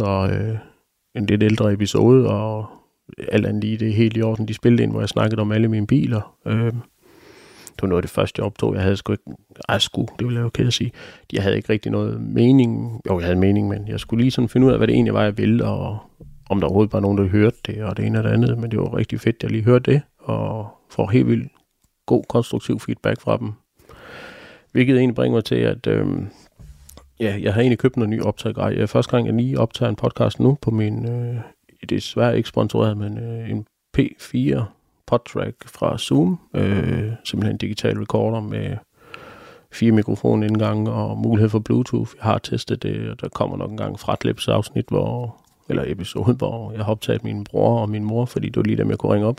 lidt ældre episode, og alt andet lige, det er helt i orden. De spillede ind, hvor jeg snakkede om alle mine biler. Det var noget af det første, jeg optog. Jeg havde sgu ikke... det ville jeg jo kede at sige. Jeg havde ikke rigtig noget mening. Jo, jeg havde mening, men jeg skulle lige sådan finde ud af, hvad det egentlig var, jeg ville, og om der overhovedet var nogen, der hørte det, og det ene og det andet. Men det var rigtig fedt, at jeg lige hørte det, og får helt vildt god, konstruktiv feedback fra dem. Hvilket egentlig bringer mig til, at jeg har egentlig købt noget ny optagergrej. Første gang, jeg lige optager en podcast nu på min... det er desværre ikke sponsoreret, men en P4 podtrack fra Zoom. Simpelthen en digital recorder med 4 mikrofonindgange og mulighed for Bluetooth. Jeg har testet det, og der kommer nok en gang fratlipsafsnit, episode, hvor jeg har optaget min bror og min mor, fordi det var lige dem, jeg kunne ringe op.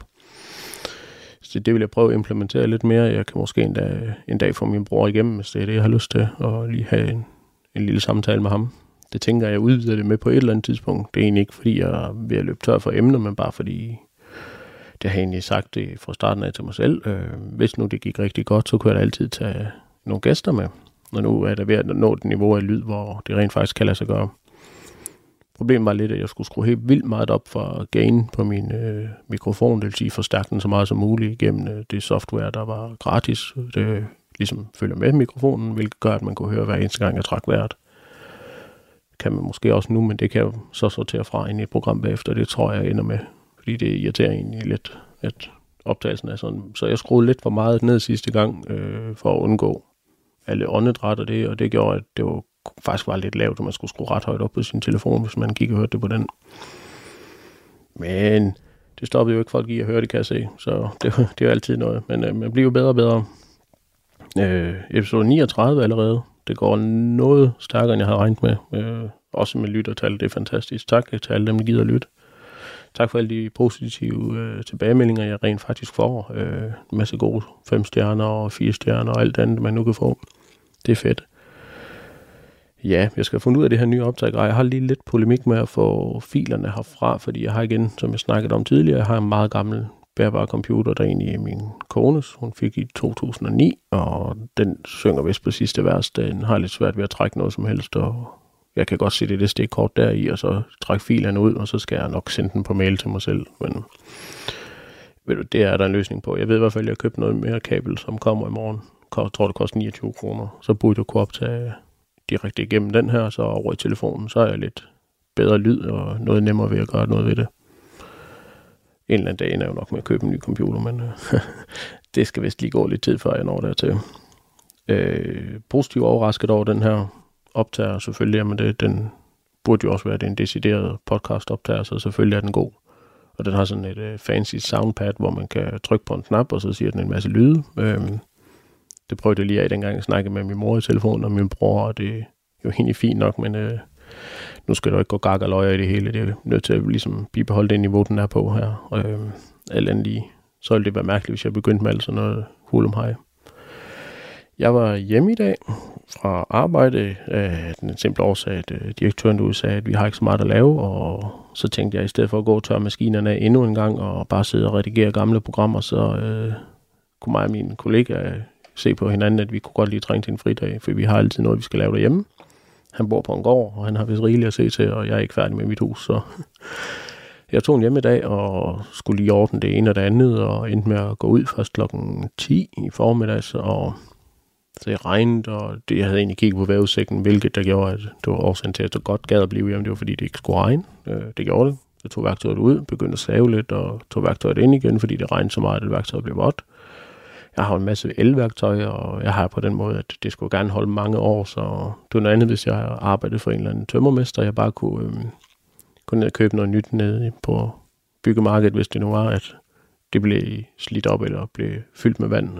Så det vil jeg prøve at implementere lidt mere. Jeg kan måske en dag få min bror igennem, hvis det er det, jeg har lyst til, og lige have en lille samtale med ham. Det tænker jeg udvider det med på et eller andet tidspunkt. Det er egentlig ikke, fordi jeg er ved at løbe tør for emner, men bare fordi det har jeg egentlig sagt det fra starten af til mig selv. Hvis nu det gik rigtig godt, så kunne jeg da altid tage nogle gæster med. Og nu er der ved at nå et niveau af lyd, hvor det rent faktisk kan lade sig gøre. Problemet var lidt, at jeg skulle skrue helt vildt meget op for gain på min mikrofon. Det vil sige forstærke den så meget som muligt igennem det software, der var gratis. Det ligesom følger med mikrofonen, hvilket gør, at man kunne høre hver eneste gang, jeg trak vejret. Kan man måske også nu, men det kan jeg jo så sortere fra ind i et program bagefter. Det tror jeg ender med, fordi det irriterer egentlig lidt, at optagelsen er sådan. Så jeg skruede lidt for meget ned sidste gang, for at undgå alle åndedræt og det gjorde, at det faktisk var lidt lavt, og man skulle skrue ret højt op på sin telefon, hvis man gik og hørte det på den. Men det stoppede jo ikke folk i at høre det, kan jeg se. Så det er jo altid noget. Men man bliver jo bedre og bedre. Episode 39 allerede. Det går noget stærkere, end jeg havde regnet med. Også med lyttertal, det er fantastisk. Tak til alle dem, der gider lytte. Tak for alle de positive tilbagemeldinger, jeg rent faktisk får. En masse gode 5 stjerner og 4 stjerner og alt andet, man nu kan få. Det er fedt. Ja, jeg skal finde ud af det her nye optag. Jeg har lige lidt polemik med at få filerne herfra, fordi jeg har igen, som jeg snakkede om tidligere, jeg har en meget gammel bærbar computer, der egentlig er min kones. Hun fik i 2009, og den synger vist på sidste vers. Den har lidt svært ved at trække noget som helst, og jeg kan godt se det stik-kort der i, og så trække filerne ud, og så skal jeg nok sende den på mail til mig selv. Men ved du, det er der en løsning på. Jeg ved i hvert fald, at jeg har købt noget mere kabel, som kommer i morgen. Jeg tror, det koster 29 kroner. Så burde du kunne optage direkte igennem den her, så over i telefonen, så er jeg lidt bedre lyd, og noget nemmere ved at gøre noget ved det. En eller anden dag er jeg jo nok med at købe en ny computer, men det skal vist lige gå lidt tid, før jeg når dertil. Positivt overrasket over den her optager selvfølgelig, men den burde jo også være en decideret podcast optager, så selvfølgelig er den god. Og den har sådan et fancy soundpad, hvor man kan trykke på en knap, og så siger den en masse lyde. Det prøvede jeg lige af, dengang jeg snakkede med min mor i telefonen og min bror, og det er jo egentlig fint nok, men nu skal der ikke gå gak og løjer i det hele. Det er nødt til at ligesom bibeholde det niveau, den er på her. Alt andet lige, så ville det være mærkeligt, hvis jeg begyndte med alt sådan noget hulumhej. Jeg var hjemme i dag fra arbejde. Den simple årsag, at direktøren derude sagde, at vi har ikke så meget at lave, og så tænkte jeg, i stedet for at gå og tørre maskinerne af endnu en gang, og bare sidde og redigere gamle programmer, så kunne mig og mine kollegaer se på hinanden, at vi kunne godt lige trænge til en fridag, for vi har altid noget, vi skal lave derhjemme. Han bor på en gård, og han har vist rigeligt at se til, og jeg er ikke færdig med mit hus, så jeg tog en hjem i dag, og skulle lige ordne det ene og det andet, og endte med at gå ud først klokken 10 i formiddags, og så jeg regnede, og det, jeg havde egentlig kigget på vejrudsigten, hvilket der gjorde, at det var årsagen til, at jeg godt gad at blive hjemme. Det var, fordi det ikke skulle regne. Det gjorde det. Jeg tog værktøjet ud, begyndte at save lidt, og tog værktøjet ind igen, fordi det regnede så meget, at værktøjet blev vådt. Jeg har en masse elværktøj, og jeg har på den måde, at det skulle gerne holde mange år, så det var noget andet, hvis jeg arbejdede for en eller anden tømmermester, jeg bare kunne gå ned og købe noget nyt nede på byggemarkedet, hvis det nu var, at det blev slidt op eller blev fyldt med vand.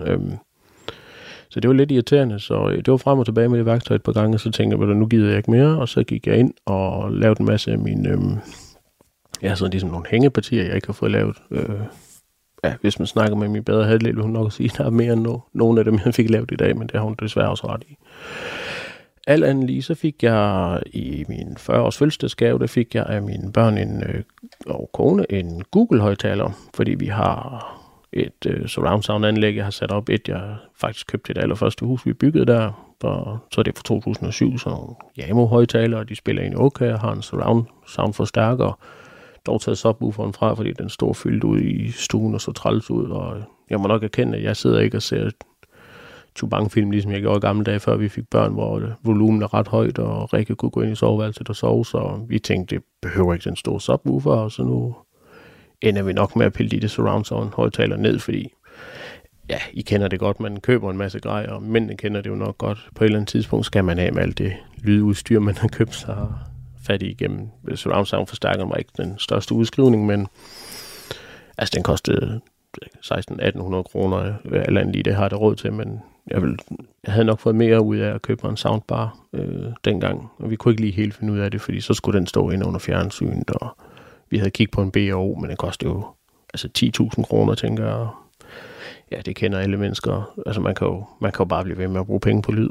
Så det var lidt irriterende, så det var frem og tilbage med det værktøj et par gange, og så tænkte jeg, nu gider jeg ikke mere, og så gik jeg ind og lavede en masse af mine, sådan ligesom nogle hængepartier, jeg ikke har fået lavet. Hvis man snakker med min bedre halvdel, vil hun nok sige, at der er mere end nogle af dem, jeg fik lavet i dag, men det har hun desværre også ret i. Alt andet lige, så fik jeg i min 40-års fødselsdagsgave, der fik jeg af mine børn og kone en Google-højtaler, fordi vi har et surround sound anlæg, jeg har sat op. Jeg faktisk købte det allerførste hus, vi byggede der, så er det fra 2007, så nogle Jamo-højtaler, og de spiller egentlig okay, og har en surround sound forstærker, dog taget subwooferen fra, fordi den står fyldt ud i stuen og så træls ud, og jeg må nok erkende, at jeg sidder ikke og ser Chubang-film, ligesom jeg gjorde i gamle dage, før vi fik børn, hvor volumen er ret højt, og Rikke kunne gå ind i soveværelset og sove, så vi tænkte, det behøver ikke den store subwoofer, og så nu ender vi nok med at pille de surround sound højtaler ned, fordi ja, I kender det godt, man køber en masse grejer, og mændene kender det jo nok godt. På et eller andet tidspunkt skal man have med alt det lydudstyr, man har købt sig fat i igennem. Surround sound forstærkeren var ikke den største udskrivning, men altså den kostede 1.600-1.800 kroner, eller andet lige det har jeg det råd til, men jeg havde nok fået mere ud af at købe en soundbar dengang, og vi kunne ikke lige helt finde ud af det, fordi så skulle den stå inde under fjernsynet, og vi havde kigget på en B&O, men det kostede jo altså 10.000 kroner, tænker jeg. Ja, det kender alle mennesker. Altså man kan jo bare blive ved med at bruge penge på lyd.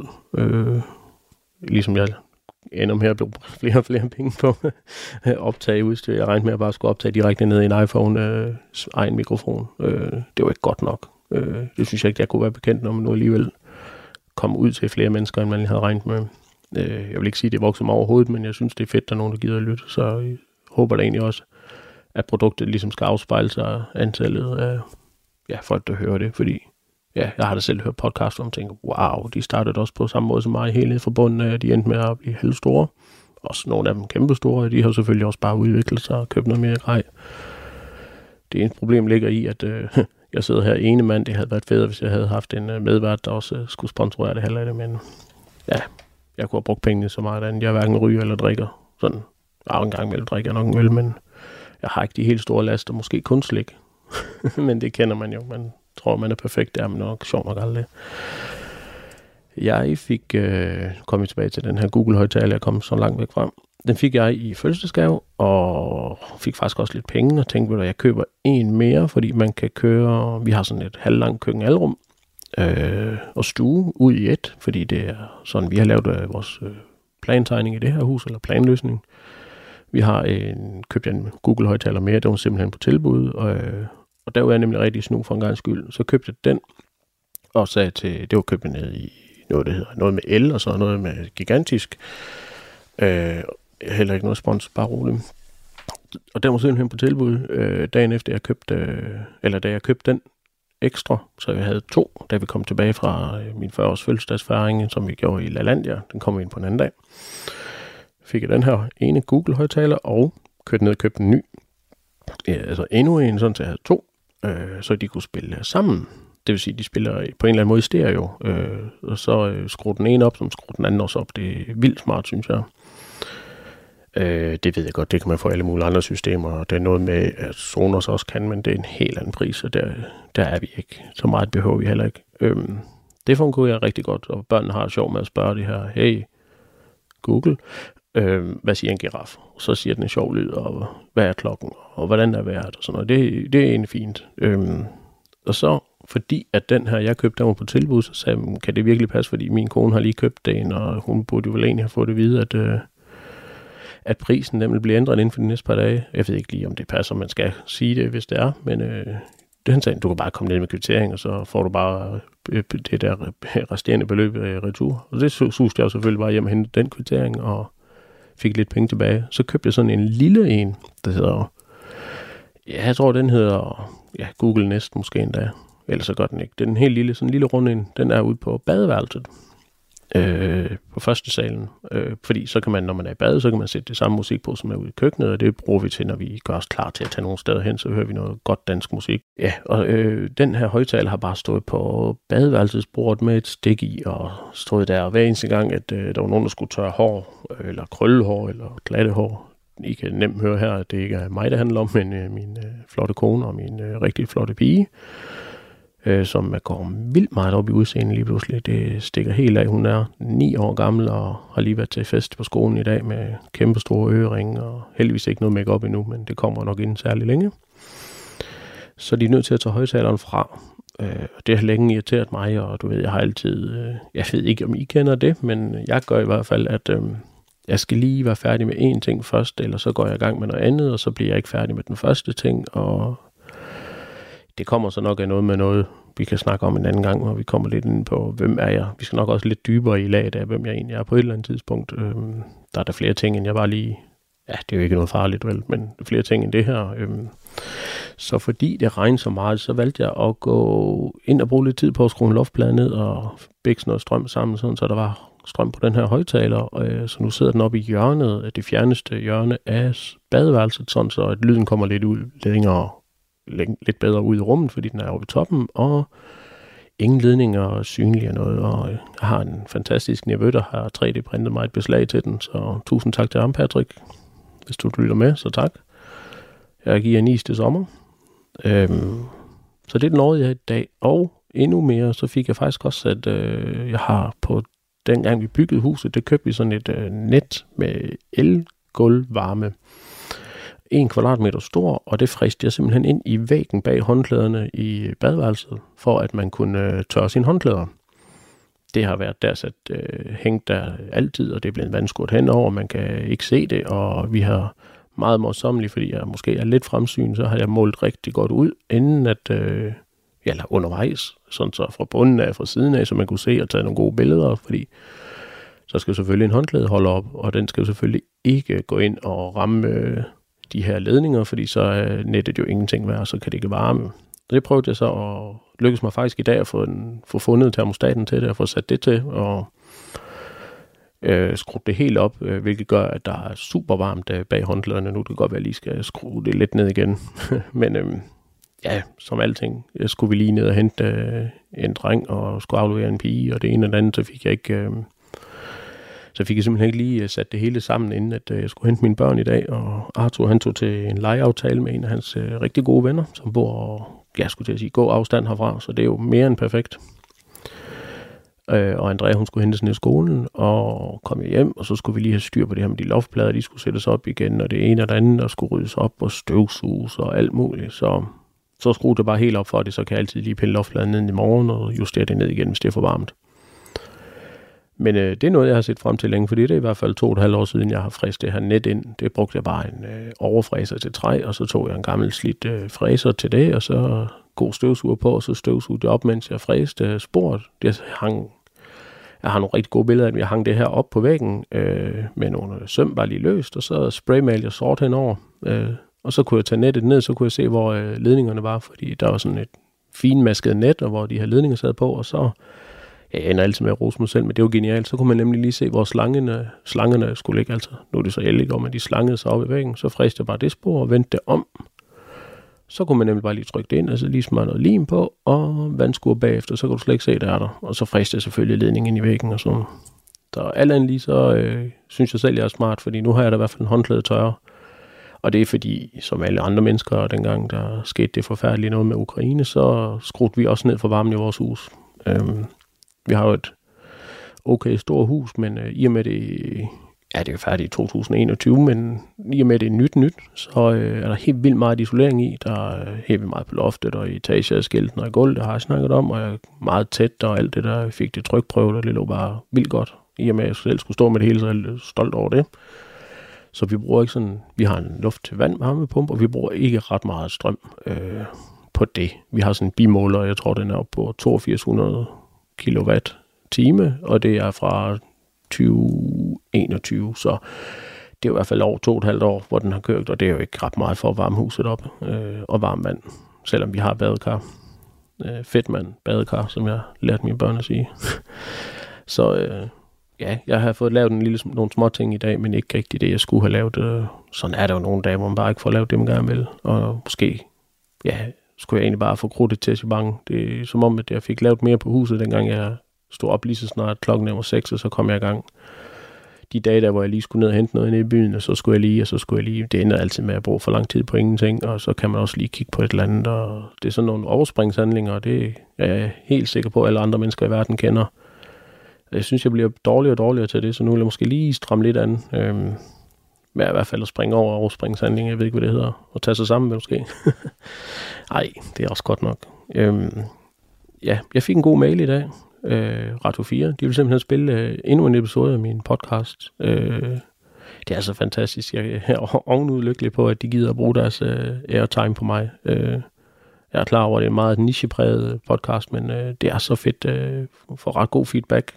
Ligesom jeg ender med at bruge flere og flere penge på optage udstyr. Jeg regnede med at bare skulle optage direkte ned i en iPhone egen mikrofon. Det var ikke godt nok. Det synes jeg ikke, jeg kunne være bekendt, når man nu alligevel kom ud til flere mennesker, end man lige havde regnet med. Jeg vil ikke sige, at det vokser mig overhovedet, men jeg synes, det er fedt, at der er nogen, der gider at lytte. Så jeg håber da egentlig også, at produktet ligesom skal afspejle sig antallet af folk, der hører det. Fordi jeg har da selv hørt podcast om, og tænker, wow, de startede også på samme måde som mig, helt ned fra bunden af, de endte med at blive helt store. Også nogle af dem kæmpe store, de har selvfølgelig også bare udviklet sig og købt noget mere grej. Det eneste problem ligger i, at jeg sidder her ene mand. Det havde været fedt, hvis jeg havde haft en medvært, der også skulle sponsorere det halve af det, men ja, jeg kunne have brugt pengene så meget andet. Jeg hverken ryger eller drikker. Sådan, en gang imellem drikker jeg nok en øl, men jeg har ikke de helt store laster, måske kun slik. Men det kender man jo. Man tror, man er perfekt. Det er man nok sjovt nok aldrig. Jeg fik, kom tilbage til den her Google-højtaler, jeg kom så langt væk frem. Den fik jeg i fødselsdagsgave, og fik faktisk også lidt penge, og tænkte, at jeg køber en mere, fordi man kan køre, vi har sådan et halvlangt køkkenalrum og stue ud i et, fordi det er sådan, vi har lavet vores plantegning i det her hus, eller planløsning. Vi har købt en Google-højtaler mere, det var simpelthen på tilbud, og der var jeg nemlig rigtig snu for en gang skyld. Så købte jeg den, og sagde til, det var købt ned i noget, der hedder noget med el, og så noget med gigantisk. Heller ikke noget spons, bare roligt. Og den var simpelthen på tilbud dagen efter da jeg købte den ekstra, så jeg havde 2, da vi kom tilbage fra min 40-års fødselsdagsfejring, som vi gjorde i LaLandia. Den kom ind på en anden dag. Fik jeg den her ene Google-højtaler, og kørte ned og købte en ny. Ja, altså endnu en, sådan så jeg havde 2, så de kunne spille sammen. Det vil sige, de spiller på en eller anden måde i stereo, og så skruer den ene op, som skruer den anden også op. Det er vildt smart, synes jeg. Det ved jeg godt, det kan man få alle mulige andre systemer, og det er noget med, at Sonos også kan, men det er en helt anden pris, og der er vi ikke. Så meget behøver vi heller ikke. Det fungerer rigtig godt, og børnene har sjov med at spørge det her, hey, Google, hvad siger en giraf? Og så siger den en sjov lyd, og hvad er klokken, og hvordan er vejret, og sådan noget. Det er egentlig fint. Og så, fordi at den her, jeg købte, der var på tilbud, så sagde jeg, kan det virkelig passe, fordi min kone har lige købt den, og hun burde jo vel egentlig have fået det at vide, at prisen den vil blive ændret inden for de næste par dage. Jeg ved ikke lige, om det passer, man skal sige det, hvis det er, men den sagde, du kan bare komme ned med kvittering, og så får du bare det der resterende beløb retur. Og det suste jeg selvfølgelig bare hjem og hente den kvittering, og fik lidt penge tilbage. Så købte jeg sådan en lille en, der hedder, ja, jeg tror, den hedder Google Nest måske endda. Ellers så gør den ikke. Det er en helt lille, sådan en lille rund en. Den er ude på badeværelset. På første salen. Fordi så kan man, når man er i bad, så kan man sætte det samme musik på, som er ude i køkkenet, og det bruger vi til, når vi gør os klar til at tage nogle steder hen, så hører vi noget godt dansk musik. Ja, og den her højtaler har bare stået på badeværelsesbordet med et stik i, og stået der hver eneste gang, at der var nogen, der skulle tørre hår, eller krølle hår, eller glatte hår. I kan nemt høre her, at det ikke er mig, det handler om, men min flotte kone og min rigtig flotte pige, som går vildt meget op i udseendet lige pludselig. Det stikker helt af. Hun er 9 år gammel og har lige været til fest på skolen i dag med kæmpe store øreringe og heldigvis ikke noget make-up endnu, men det kommer nok inden særlig længe. Så de er nødt til at tage højtaleren fra. Det har længe irriteret mig, og du ved, jeg har altid... jeg ved ikke, om I kender det, men jeg gør i hvert fald, at jeg skal lige være færdig med én ting først, eller så går jeg i gang med noget andet, og så bliver jeg ikke færdig med den første ting, og det kommer så nok af noget med noget, vi kan snakke om en anden gang, hvor vi kommer lidt ind på, hvem er jeg? Vi skal nok også lidt dybere i laget af, hvem jeg egentlig er på et eller andet tidspunkt. Der er der flere ting, end jeg bare lige... Ja, det er jo ikke noget farligt, vel, men flere ting end det her. Så fordi det regnede så meget, så valgte jeg at gå ind og bruge lidt tid på at skrue en loftplade ned og bækse noget strøm sammen, sådan, så der var strøm på den her højtaler. Så nu sidder den oppe i hjørnet, det fjerneste hjørne af badeværelset, sådan så at lyden kommer lidt ud længere, lidt bedre ud i rummet, fordi den er oppe i toppen, og ingen ledninger synlige og noget, og jeg har en fantastisk nevø, der har 3D-printet mig et beslag til den, så tusind tak til ham, Patrick, hvis du lytter med, så tak. Jeg giver en is til sommer. Så det er den året, jeg har i dag, og endnu mere, så fik jeg faktisk også, at jeg har på dengang vi byggede huset, det købte vi sådan et net med elgulvvarme. 1 kvadratmeter stor, og det friste jeg simpelthen ind i væggen bag håndklæderne i badeværelset, for at man kunne tørre sine håndklæder. Det har været der sat hængt der altid, og det er blevet vandskudt henover, man kan ikke se det, og vi har meget morsommeligt, fordi jeg måske er lidt fremsyn, så har jeg målt rigtig godt ud, inden at, eller undervejs, sådan så fra bunden af, fra siden af, så man kunne se og tage nogle gode billeder, fordi så skal selvfølgelig en håndklæde holde op, og den skal selvfølgelig ikke gå ind og ramme de her ledninger, fordi så er nettet jo ingenting værd, så kan det ikke varme. Det prøvede jeg så at lykkes mig faktisk i dag at få fundet termostaten til det, og få sat det til, og skruet det helt op, hvilket gør, at der er super varmt bag håndklæderne. Nu det kan godt være, at jeg lige skal skrue det lidt ned igen. Men ja, som alting, skulle vi lige ned og hente en dreng, og skulle aflevere en pige, og det ene og det andet, så fik jeg simpelthen ikke lige sat det hele sammen, inden at jeg skulle hente mine børn i dag, og Arthur han tog til en legeaftale med en af hans rigtig gode venner, som bor, jeg skulle til at sige, gå afstand herfra, så det er jo mere end perfekt. Og Andrea, hun skulle hentes ned i skolen, og kom hjem, og så skulle vi lige have styr på det her med de loftplader, de skulle sættes op igen, og det ene og det andet, der skulle ryddes op, og støvsuges og alt muligt, så skruede det bare helt op for det, så kan jeg altid lige pille loftpladen ned i morgen, og justere det ned igen, hvis det er for varmt. Men det er noget, jeg har set frem til længe, fordi det er i hvert fald 2,5 år siden, jeg har fræst det her net ind. Det brugte jeg bare en overfræser til træ, og så tog jeg en gammel slidt fræser til det, og så god støvsuger på, og så støvsugede det op, mens jeg fræste sporet. Jeg har nogle rigtig gode billeder af, at jeg hang det her op på væggen med nogle søm bare lige løst, og så spraymalede jeg sort henover. Og så kunne jeg tage nettet ned, så kunne jeg se, hvor ledningerne var, fordi der var sådan et finmasket net, og hvor de her ledninger sad på, og så... Jeg ender altid med at rose mig selv, men det var genialt. Så kunne man nemlig lige se, hvor slangerne skulle ligge. Altså, nu er det så heldigt om, at de slangede sig op i væggen. Så fræste jeg bare det spor og vendte det om. Så kunne man nemlig bare lige trykke det ind, og så lige smøre noget lim på, og vandskur bagefter, så kan du slet ikke se, der er der. Og så fræste jeg selvfølgelig ledningen ind i væggen og sådan. Så alt andet lige, så synes jeg selv, jeg er smart, fordi nu har jeg da i hvert fald en håndklæde tørre. Og det er fordi, som alle andre mennesker, dengang der skete det forfærdelige noget med Ukraine, så skruede vi også ned for varmen i vores hus. Vi har jo et okay stort hus, men i og med det Ja, det er færdigt i 2021, men i og med det er nyt, så er der helt vildt meget isolering i. Der er helt vildt meget på loftet og i etageskilten og i gulvet, det har jeg snakket om, og jeg er meget tæt og alt det der. Jeg fik det trykprøve, og det lå bare vildt godt. I og med, at jeg selv skulle stå med det hele, så er jeg stolt over det. Så vi bruger ikke sådan, vi har en luft til vand varmepumpe, og vi bruger ikke ret meget strøm på det. Vi har sådan en bimåler, jeg tror, den er oppe på 8200 kWh, og det er fra 2021, så det er i hvert fald over 2,5 år, hvor den har kørt, og det er jo ikke ret meget for at varme huset op og varme vand, selvom vi har badekar. Fedtmand badekar, som jeg lærte mine børn at sige. Så ja, jeg har fået lavet nogle små ting i dag, men ikke rigtig det, jeg skulle have lavet. Sådan er der jo nogle dage, hvor man bare ikke får lavet det, man gerne vil, og måske, ja, skulle jeg egentlig bare få krudtet til at bange. Det er som om, at jeg fik lavet mere på huset, dengang jeg stod op lige så snart klokken var 6, og så kom jeg i gang. De dage der, hvor jeg lige skulle ned og hente noget inde i byen, og så skulle jeg lige. Det ender altid med at bruge for lang tid på ingenting, og så kan man også lige kigge på et eller andet, og det er sådan nogle overspringshandlinger, og det er jeg helt sikker på, at alle andre mennesker i verden kender. Jeg synes, jeg bliver dårligere og dårligere til det, så nu vil jeg måske lige stramme lidt an. Med i hvert fald at springe over overspringshandlinger, jeg ved ikke, hvad det hedder, og tage sig sammen måske. Ej, det er også godt nok. Ja, jeg fik en god mail i dag. Radio 4. De vil simpelthen spille endnu en episode af min podcast. Det er altså fantastisk. Jeg er ovenud lykkelig på, at de gider at bruge deres airtime på mig. Jeg er klar over, at det er en meget nichepræget podcast, men det er så fedt for ret god feedback.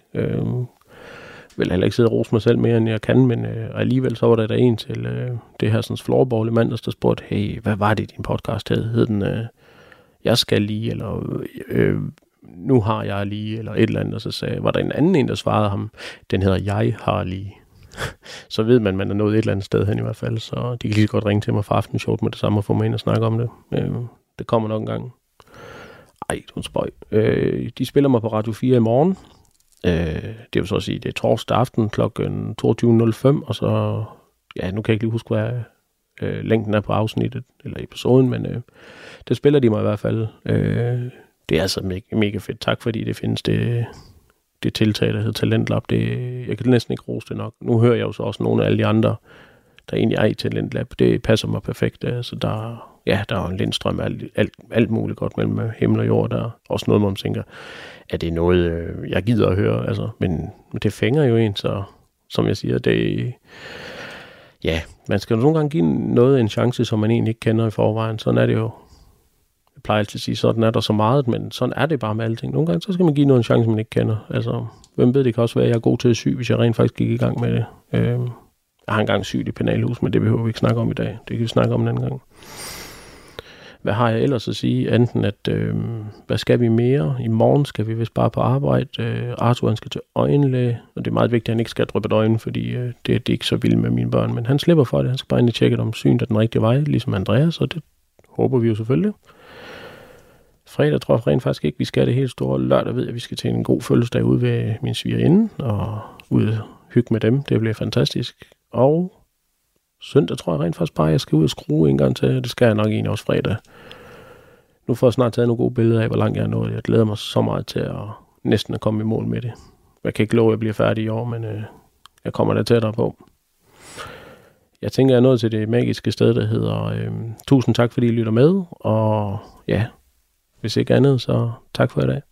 Vil heller ikke sidde og rose mig selv mere, end jeg kan, men alligevel så var der en til det her sådan floorball i mandags, der spurgte, hey, hvad var det, din podcast hed? Hed den, jeg skal lige, eller nu har jeg lige, eller et eller andet, og så var der en anden, der svarede ham, den hedder jeg har lige. Så ved man er nået et eller andet sted hen i hvert fald, så de kan lige så godt ringe til mig fra Aftenshowet med det samme og få mig ind og snakke om det. Det kommer nok en gang. Ej, du spøj. De spiller mig på Radio 4 i morgen. Det vil så sige, det er torsdag aften kl. 22.05, og så, ja, nu kan jeg ikke lige huske, hvad længden er på afsnittet, eller episoden, men det spiller de mig i hvert fald. Det er altså mega fedt. Tak fordi det findes, det tiltag, der hedder Talentlab. Jeg kan næsten ikke rose det nok. Nu hører jeg jo så også nogle af alle de andre, der egentlig er i Talentlab. Det passer mig perfekt. Så der er en lindstrøm af alt muligt godt mellem himmel og jord. Der er også noget, hvor man tænker, at det er noget, jeg gider at høre. Altså, men det fænger jo en, så som jeg siger, det ja, man skal jo nogle gange give noget en chance, som man egentlig ikke kender i forvejen. Sådan er det jo. Jeg plejer altid at sige, sådan er der så meget, men sådan er det bare med alting. Nogle gange, så skal man give noget en chance, man ikke kender. Altså, hvem ved, det kan også være, at jeg er god til at sy, hvis jeg rent faktisk gik i gang med det. Jeg har engang syet i penalhus, men det behøver vi ikke snakke om i dag. Det kan vi snakke om en anden gang. Hvad har jeg ellers at sige? Enten at, hvad skal vi mere? I morgen skal vi vist bare på arbejde. Arthur, han skal til øjenlæge, og det er meget vigtigt, at han ikke skal dryppe øjne, fordi det er ikke så vildt med mine børn. Men han slipper for det. Han skal bare ind og tjekke, om synet er den rigtige vej, ligesom Andreas, og det håber vi jo selvfølgelig. Fredag tror jeg rent faktisk ikke, vi skal det helt store. Lørdag ved jeg, at vi skal til en god fødselsdag ude ved min svigerinde, og ud og hygge med dem. Det bliver fantastisk. Og søndag tror jeg rent faktisk bare, at jeg skal ud og skrue en gang til. Det skal jeg nok egentlig også fredag. Nu får jeg snart taget nogle gode billeder af, hvor langt jeg er nået. Jeg glæder mig så meget til at næsten at komme i mål med det. Jeg kan ikke love, at jeg bliver færdig i år, men jeg kommer der tættere på. Jeg tænker, jeg er nået til det magiske sted, der hedder tusind tak, fordi I lytter med. Og ja, hvis ikke andet, så tak for i dag.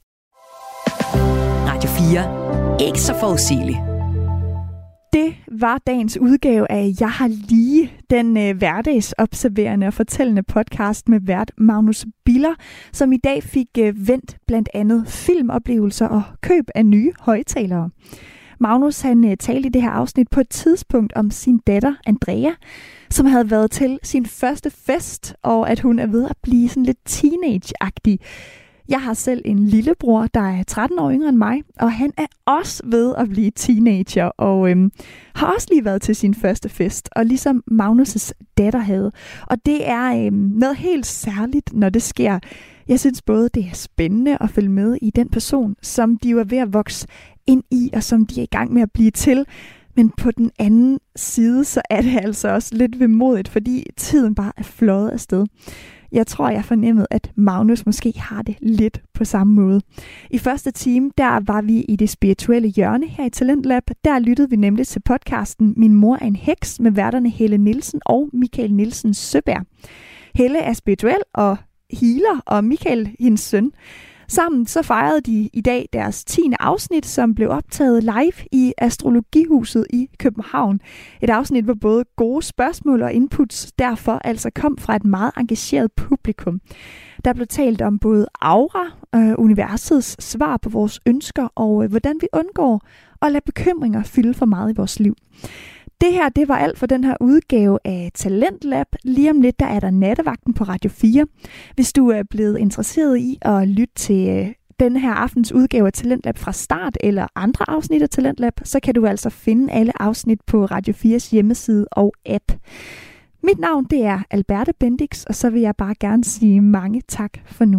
Radio 4. Ikke så forudsigeligt. Det var dagens udgave af Jeg har lige, den hverdagsobserverende og fortællende podcast med vært Magnus Biller, som i dag fik vendt blandt andet filmoplevelser og køb af nye højttalere. Magnus han talte i det her afsnit på et tidspunkt om sin datter Andrea, som havde været til sin første fest, og at hun er ved at blive sådan lidt teenage-agtig. Jeg har selv en lillebror, der er 13 år yngre end mig, og han er også ved at blive teenager, og har også lige været til sin første fest, og ligesom Magnus' datter havde. Og det er noget helt særligt, når det sker. Jeg synes både, det er spændende at følge med i den person, som de jo er ved at vokse ind i, og som de er i gang med at blive til. Men på den anden side, så er det altså også lidt vemodigt, fordi tiden bare er fløjet afsted. Jeg tror, jeg fornemmede, at Magnus måske har det lidt på samme måde. I første time, der var vi i det spirituelle hjørne her i Talentlab. Der lyttede vi nemlig til podcasten Min mor er en heks med værterne Helle Nielsen og Michael Nielsen Søberg. Helle er spirituel og healer, og Michael hendes søn. Sammen så fejrede de i dag deres 10. afsnit, som blev optaget live i Astrologihuset i København. Et afsnit, hvor både gode spørgsmål og inputs derfor altså kom fra et meget engageret publikum. Der blev talt om både aura, universets svar på vores ønsker og hvordan vi undgår at lade bekymringer fylde for meget i vores liv. Det her, det var alt for den her udgave af Talentlab. Lige om lidt, der er der Nattevagten på Radio 4. Hvis du er blevet interesseret i at lytte til den her aftens udgave af Talentlab fra start eller andre afsnit af Talentlab, så kan du altså finde alle afsnit på Radio 4's hjemmeside og app. Mit navn, det er Alberte Bendix, og så vil jeg bare gerne sige mange tak for nu.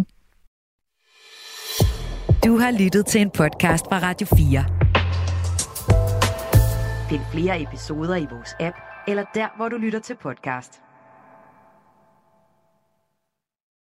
Du har lyttet til en podcast fra Radio 4. Find flere episoder i vores app, eller der, hvor du lytter til podcast.